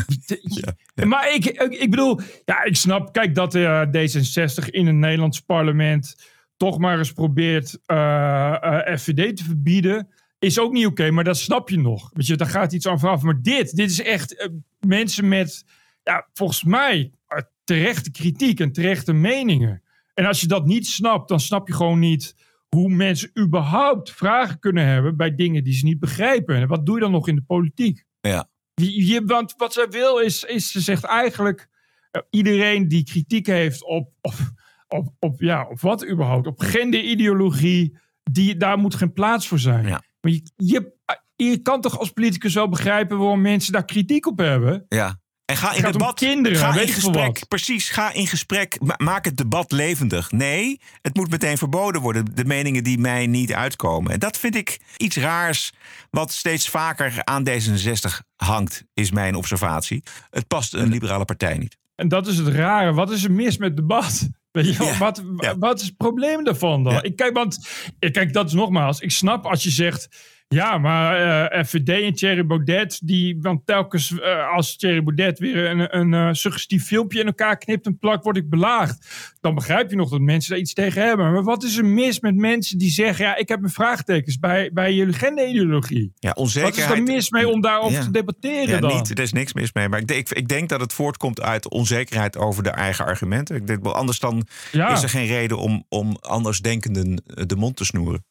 [SPEAKER 6] ja, ja. Maar ik, ik, ik bedoel, ja, ik snap, kijk, dat uh, D zesenzestig in een Nederlands parlement toch maar eens probeert uh, uh, F V D te verbieden. Is ook niet oké, okay, maar dat snap je nog. Weet je, daar gaat iets aan vanaf. Maar dit, dit is echt uh, mensen met, ja, volgens mij, uh, terechte kritiek en terechte meningen. En als je dat niet snapt, dan snap je gewoon niet hoe mensen überhaupt vragen kunnen hebben bij dingen die ze niet begrijpen. En wat doe je dan nog in de politiek?
[SPEAKER 1] Ja.
[SPEAKER 6] Je, je, want wat zij wil is, is ze zegt eigenlijk, uh, iedereen die kritiek heeft op, op, op, op, ja, op wat überhaupt, op genderideologie, die, daar moet geen plaats voor zijn.
[SPEAKER 1] Ja.
[SPEAKER 6] Maar je, je, je kan toch als politicus wel begrijpen waarom mensen daar kritiek op hebben?
[SPEAKER 1] Ja. En ga in debat.
[SPEAKER 6] Kinderen,
[SPEAKER 1] ga
[SPEAKER 6] weet
[SPEAKER 1] in gesprek. Precies, ga in gesprek. Ma- maak het debat levendig. Nee, het moet meteen verboden worden. De meningen die mij niet uitkomen. En dat vind ik iets raars. Wat steeds vaker aan D zesenzestig hangt, is mijn observatie. Het past een liberale partij niet.
[SPEAKER 6] En dat is het rare. Wat is er mis met debat? Weet je, ja, wat, ja. wat is het probleem daarvan dan? Ja. Ik, kijk, want, ik, kijk, dat is nogmaals. Ik snap als je zegt. Ja, maar uh, F V D en Thierry Baudet, die, want telkens uh, als Thierry Baudet weer een, een uh, suggestief filmpje in elkaar knipt en plakt, word ik belaagd. Dan begrijp je nog dat mensen daar iets tegen hebben. Maar wat is er mis met mensen die zeggen, ja, ik heb mijn vraagtekens bij, bij jullie genderideologie?
[SPEAKER 1] Ja, onzekerheid.
[SPEAKER 6] Wat is er mis mee om daarover
[SPEAKER 1] ja.
[SPEAKER 6] te debatteren
[SPEAKER 1] ja,
[SPEAKER 6] dan?
[SPEAKER 1] Niet, er is niks mis mee. Maar ik denk, ik denk dat het voortkomt uit onzekerheid over de eigen argumenten. Ik denk, anders dan ja. is er geen reden om, om andersdenkenden de mond te snoeren.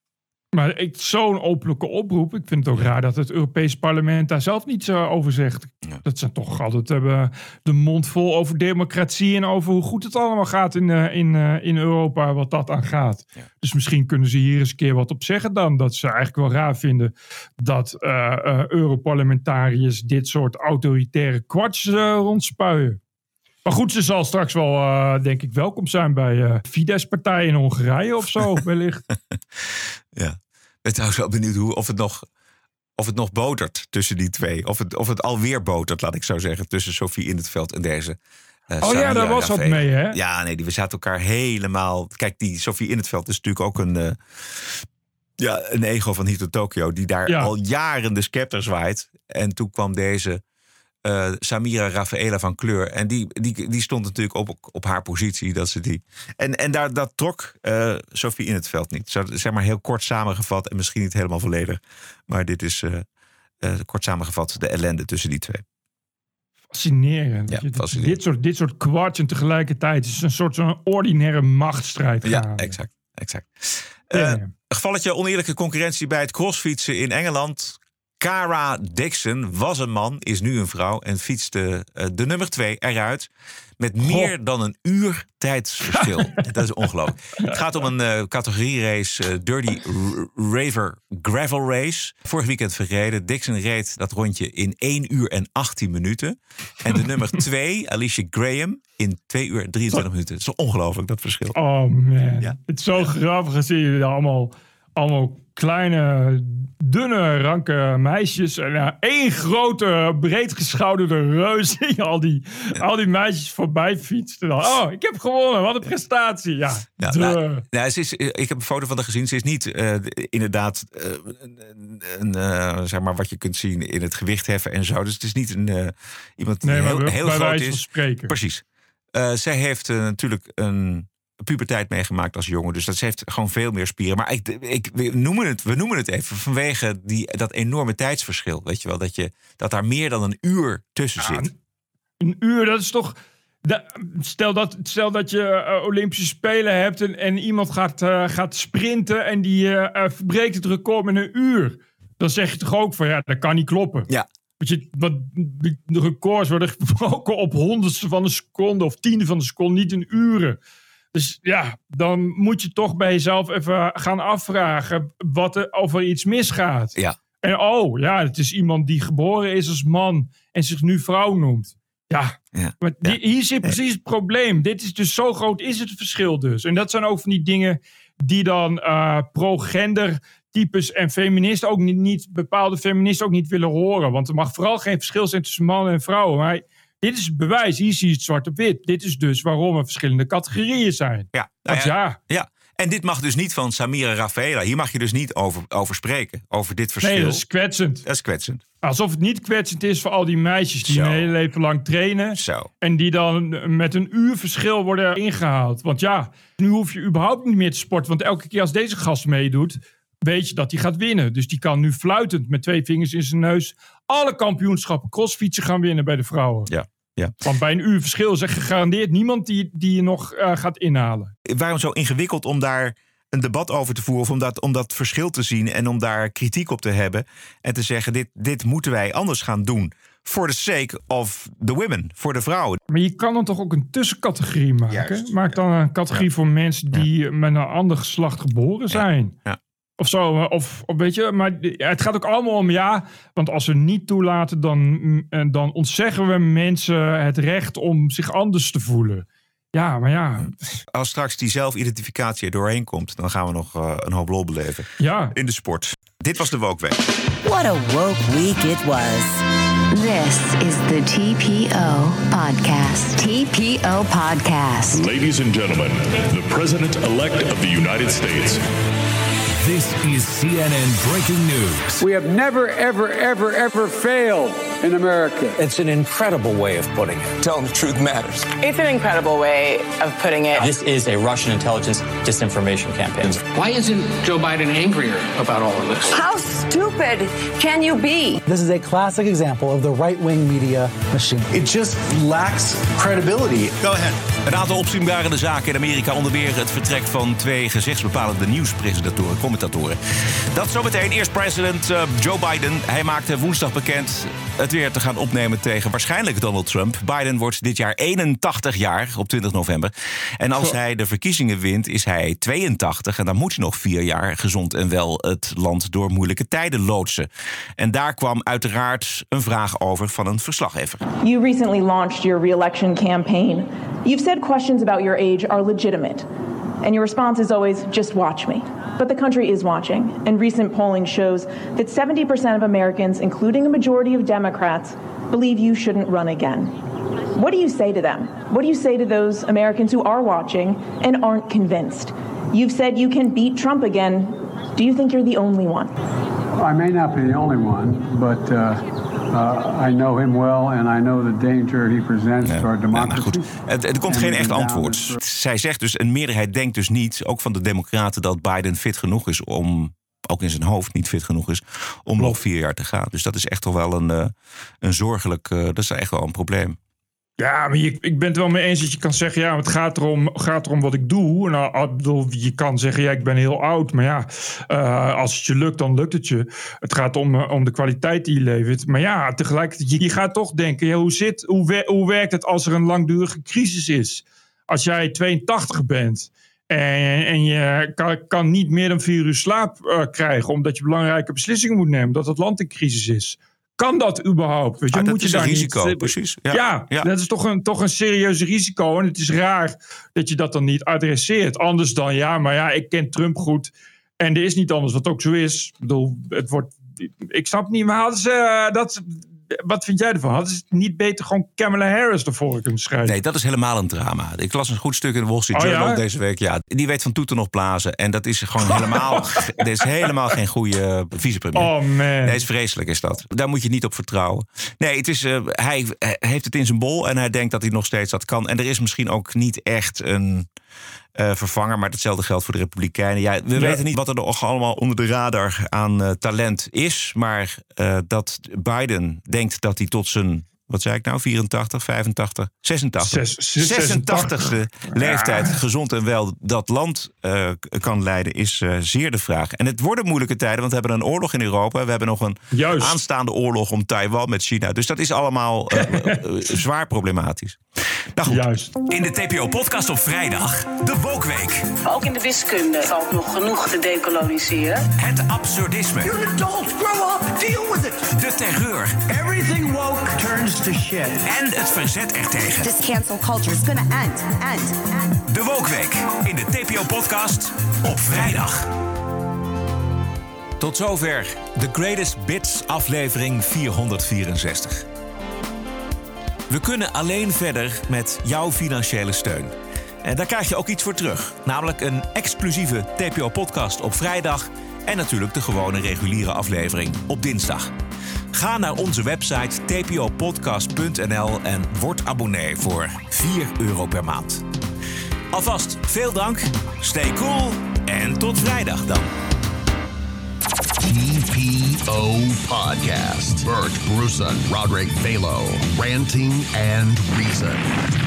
[SPEAKER 6] Maar ik, zo'n openlijke oproep. Ik vind het ook ja. raar dat het Europees Parlement daar zelf niets uh, over zegt.
[SPEAKER 1] Ja.
[SPEAKER 6] Dat zijn toch altijd uh, de mond vol over democratie en over hoe goed het allemaal gaat in, uh, in, uh, in Europa, wat dat aan gaat. Ja. Dus misschien kunnen ze hier eens een keer wat op zeggen dan. Dat ze eigenlijk wel raar vinden dat uh, uh, Europarlementariërs dit soort autoritaire kwats uh, rondspuien. Maar goed, ze zal straks wel, uh, denk ik, welkom zijn bij uh, Fidesz-partij in Hongarije of zo, wellicht.
[SPEAKER 1] Ja, ik ben trouwens wel benieuwd hoe, of het nog... Of het nog botert tussen die twee. Of het, of het alweer botert, laat ik zo zeggen. Tussen Sophie in het veld en deze. Uh,
[SPEAKER 6] oh ja, daar was wat mee, hè?
[SPEAKER 1] Ja, nee, die, we zaten elkaar helemaal... Kijk, die Sophie in het veld is natuurlijk ook een... Uh, ja, een ego van Hito Tokyo. Die daar ja. al jaren de scepter zwaait. En toen kwam deze uh, Samira Rafaela van kleur. En die, die, die stond natuurlijk op, op haar positie. Dat ze die... En, en daar, dat trok uh, Sophie in het veld niet. Zo, zeg maar heel kort samengevat. En misschien niet helemaal volledig. Maar dit is uh, uh, kort samengevat de ellende tussen die twee.
[SPEAKER 6] Fascinerend. Ja, fascinerend. Dit soort, dit soort kwarts en tegelijkertijd is een soort zo'n ordinaire machtsstrijd.
[SPEAKER 1] Ja, gaan. exact. exact. Uh, ja, ja. Gevalletje oneerlijke concurrentie bij het crossfietsen in Engeland. Cara Dixon was een man, is nu een vrouw en fietste uh, de nummer twee eruit. Met meer Goh. dan een uur tijdsverschil. Dat is ongelooflijk. Het gaat om een uh, categorierace, uh, Dirty R- Raver Gravel Race. Vorig weekend verreden. Dixon reed dat rondje in één uur en achttien minuten. En de nummer twee, Alicia Graham, in twee uur en drieëntwintig minuten. Het is ongelooflijk, dat verschil.
[SPEAKER 6] Oh man, ja. Het is zo grappig. Dan zie je allemaal, allemaal kleine, dunne, ranke meisjes. En uh, één grote, breedgeschouderde reus die al die, ja. al die meisjes voorbij fietst. En dan, oh, ik heb gewonnen, wat een prestatie. Ja,
[SPEAKER 1] ja nou, nou, ze is, ik heb een foto van haar gezien. Ze is niet uh, inderdaad uh, een, een, uh, zeg maar wat je kunt zien in het gewicht heffen en zo. Dus het is niet een, uh, iemand die nee, heel, heel groot is. Van
[SPEAKER 6] spreken.
[SPEAKER 1] Precies. Uh, zij heeft uh, natuurlijk een puberteit meegemaakt als jongen. Dus dat ze heeft gewoon veel meer spieren. Maar ik, ik, we, noemen het, we noemen het even vanwege die, dat enorme tijdsverschil. Weet je wel, dat, je, dat daar meer dan een uur tussen ja, zit.
[SPEAKER 6] Een uur, dat is toch... Stel dat, stel dat je uh, Olympische Spelen hebt en, en iemand gaat, uh, gaat sprinten en die uh, uh, verbreekt het record met een uur. Dan zeg je toch ook van ja, dat kan niet kloppen.
[SPEAKER 1] Ja.
[SPEAKER 6] Want je, wat, de records worden gebroken op honderdste van een seconde of tiende van een seconde, niet in uren. Dus ja, dan moet je toch bij jezelf even gaan afvragen wat er, of er iets misgaat.
[SPEAKER 1] Ja.
[SPEAKER 6] En oh, ja, het is iemand die geboren is als man en zich nu vrouw noemt. Ja, ja. maar die, ja. hier zit precies het probleem. Dit is dus zo groot, is het verschil dus. En dat zijn ook van die dingen die dan uh, pro-gender types en feministen ook niet, niet, bepaalde feministen ook niet willen horen. Want er mag vooral geen verschil zijn tussen mannen en vrouwen. Maar dit is het bewijs. Hier zie je het zwart op wit. Dit is dus waarom er verschillende categorieën zijn.
[SPEAKER 1] Ja, nou ja, ja. ja. En dit mag dus niet van Samira Rafaela. Hier mag je dus niet over, over spreken. Over dit verschil.
[SPEAKER 6] Nee, dat is kwetsend.
[SPEAKER 1] Dat is kwetsend.
[SPEAKER 6] Alsof het niet kwetsend is voor al die meisjes die Zo. een hele leven lang trainen.
[SPEAKER 1] Zo.
[SPEAKER 6] En die dan met een uur verschil worden ingehaald. Want ja, nu hoef je überhaupt niet meer te sporten. Want elke keer als deze gast meedoet, weet je dat hij gaat winnen. Dus die kan nu fluitend met twee vingers in zijn neus alle kampioenschappen crossfietsen gaan winnen bij de vrouwen.
[SPEAKER 1] Ja. Ja.
[SPEAKER 6] Want bij een uur verschil is er gegarandeerd niemand die, die je nog uh, gaat inhalen.
[SPEAKER 1] Waarom zo ingewikkeld om daar een debat over te voeren? Of om dat, om dat verschil te zien en om daar kritiek op te hebben. En te zeggen, dit, dit moeten wij anders gaan doen. For the sake of the women. Voor de vrouwen.
[SPEAKER 6] Maar je kan dan toch ook een tussencategorie maken? Juist, Maak dan een categorie ja. voor mensen die ja. met een ander geslacht geboren zijn.
[SPEAKER 1] Ja. ja.
[SPEAKER 6] Of zo, of, of weet je, maar het gaat ook allemaal om ja, want als we niet toelaten, dan, dan ontzeggen we mensen het recht om zich anders te voelen. Ja, maar ja.
[SPEAKER 1] Als straks die zelfidentificatie er doorheen komt, dan gaan we nog uh, een hoop lol beleven.
[SPEAKER 6] Ja.
[SPEAKER 1] In de sport. Dit was de Woke Week.
[SPEAKER 4] What a woke week it was.
[SPEAKER 2] This is the T P O Podcast. T P O Podcast.
[SPEAKER 17] Ladies and gentlemen, the President-elect of the United States.
[SPEAKER 18] This is C N N Breaking News.
[SPEAKER 19] We have never, ever, ever, ever failed in America.
[SPEAKER 20] It's an incredible way of putting it.
[SPEAKER 21] Telling the truth matters.
[SPEAKER 22] It's an incredible way of putting it.
[SPEAKER 20] This is a Russian intelligence disinformation campaign.
[SPEAKER 23] Why isn't Joe Biden angrier about all of this?
[SPEAKER 22] How stupid can you be?
[SPEAKER 8] This is a classic example of the right-wing media machine.
[SPEAKER 21] It just lacks credibility.
[SPEAKER 1] Go ahead. Een aantal opzienbarende zaken in Amerika, onder meer het vertrek van twee gezichtsbepalende nieuwspresentatoren, commentatoren. Dat zometeen. Eerst president uh, Joe Biden. Hij maakte woensdag bekend het weer te gaan opnemen tegen waarschijnlijk Donald Trump. Biden wordt dit jaar eenentachtig jaar op twintig november. En als hij de verkiezingen wint, is hij tweeëntachtig. En dan moet hij nog vier jaar gezond en wel het land door moeilijke tijden loodsen. En daar kwam uiteraard een vraag over van een verslaggever.
[SPEAKER 23] You recently launched your re-election campaign. You've said questions about your age are legitimate. And your response is always, just watch me. But the country is watching, and recent polling shows that seventy percent of Americans, including a majority of Democrats, believe you shouldn't run again. What do you say to them? What do you say to those Americans who are watching and aren't convinced? You've said you can beat Trump again. Do you think you're the only one?
[SPEAKER 19] I may not be the only one, but uh, uh, I know him well and I know the danger he presents
[SPEAKER 1] ja,
[SPEAKER 19] to our democracy.
[SPEAKER 1] Ja, nou er, er komt geen echt antwoord. Zij zegt dus, een meerderheid denkt dus niet, ook van de Democraten, dat Biden fit genoeg is om, ook in zijn hoofd niet fit genoeg is, om nog vier jaar te gaan. Dus dat is echt toch wel een, uh, een zorgelijk, uh, dat is echt wel een probleem.
[SPEAKER 6] Ja, maar je, ik ben het wel mee eens dat je kan zeggen, ja, het gaat erom, gaat erom wat ik doe. Nou, ik bedoel, je kan zeggen, ja, ik ben heel oud. Maar ja, uh, als het je lukt, dan lukt het je. Het gaat om, uh, om de kwaliteit die je levert. Maar ja, tegelijkertijd, je, je gaat toch denken, ja, hoe, zit, hoe, wer, hoe werkt het als er een langdurige crisis is? Als jij tweeëntachtig bent en, en je kan, kan niet meer dan vier uur slaap uh, krijgen, omdat je belangrijke beslissingen moet nemen, dat het land in crisis is. Kan dat überhaupt? Weet je,
[SPEAKER 1] ah, dat
[SPEAKER 6] moet je
[SPEAKER 1] is een
[SPEAKER 6] daar
[SPEAKER 1] risico,
[SPEAKER 6] niet,
[SPEAKER 1] precies.
[SPEAKER 6] Ja, ja, ja, dat is toch een, toch een serieus risico. En het is raar dat je dat dan niet adresseert. Anders dan, ja, maar ja, ik ken Trump goed. En er is niet anders, wat ook zo is. Ik bedoel, het wordt... Ik snap niet, maar hadden ze... Uh, dat, wat vind jij ervan? Hadden ze het niet beter gewoon Kamala Harris ervoor kunnen schrijven?
[SPEAKER 1] Nee, dat is helemaal een drama. Ik las een goed stuk in de Wall Street Journal oh, ja? deze week. Ja, die weet van toeten nog blazen. En dat is gewoon helemaal... Er is helemaal geen goede vicepremier.
[SPEAKER 6] Oh man.
[SPEAKER 1] Nee, is vreselijk is dat. Daar moet je niet op vertrouwen. Nee, het is, uh, hij heeft het in zijn bol en hij denkt dat hij nog steeds dat kan. En er is misschien ook niet echt een... Uh, vervanger, maar hetzelfde geldt voor de Republikeinen. Ja, we ja. weten niet wat er nog allemaal onder de radar aan uh, talent is, maar uh, dat Biden denkt dat hij tot zijn, wat zei ik nou, vierentachtig, vijfentachtig, zesentachtig,
[SPEAKER 6] Zes,
[SPEAKER 1] zesentachtigste leeftijd gezond en wel dat land uh, kan leiden, is uh, zeer de vraag. En het worden moeilijke tijden, want we hebben een oorlog in Europa. We hebben nog een Juist. aanstaande oorlog om Taiwan met China. Dus dat is allemaal uh, uh, zwaar problematisch. Nou goed,
[SPEAKER 6] Juist.
[SPEAKER 1] In de T P O-podcast op vrijdag, de Woke-week.
[SPEAKER 22] Ook in de wiskunde valt nog genoeg te decoloniseren.
[SPEAKER 1] Het absurdisme.
[SPEAKER 12] You're an adult, grow up, deal with it.
[SPEAKER 1] De terreur.
[SPEAKER 12] Everything woke turns to shit.
[SPEAKER 1] En het verzet ertegen.
[SPEAKER 4] This cancel culture is gonna end, end, end.
[SPEAKER 1] De Woke-week in de T P O-podcast op vrijdag. Tot zover de Greatest Bits aflevering vierhonderdvierenzestig. We kunnen alleen verder met jouw financiële steun. En daar krijg je ook iets voor terug. Namelijk een exclusieve T P O-podcast op vrijdag en natuurlijk de gewone reguliere aflevering op dinsdag. Ga naar onze website t p o podcast punt n l en word abonnee voor vier euro per maand. Alvast veel dank, stay cool en tot vrijdag dan.
[SPEAKER 3] T P O Podcast. Bert Brussen, Roderick Balo, Ranting and Reason.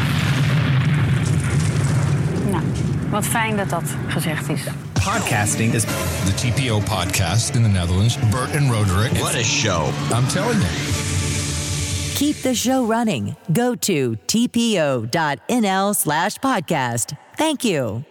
[SPEAKER 7] Nou, wat fijn dat dat gezegd is.
[SPEAKER 24] Podcasting is
[SPEAKER 25] the T P O Podcast in the Netherlands. Bert and Roderick.
[SPEAKER 3] What a show.
[SPEAKER 25] I'm telling you.
[SPEAKER 4] Keep the show running. Go to t p o dot n l slash podcast. Thank you.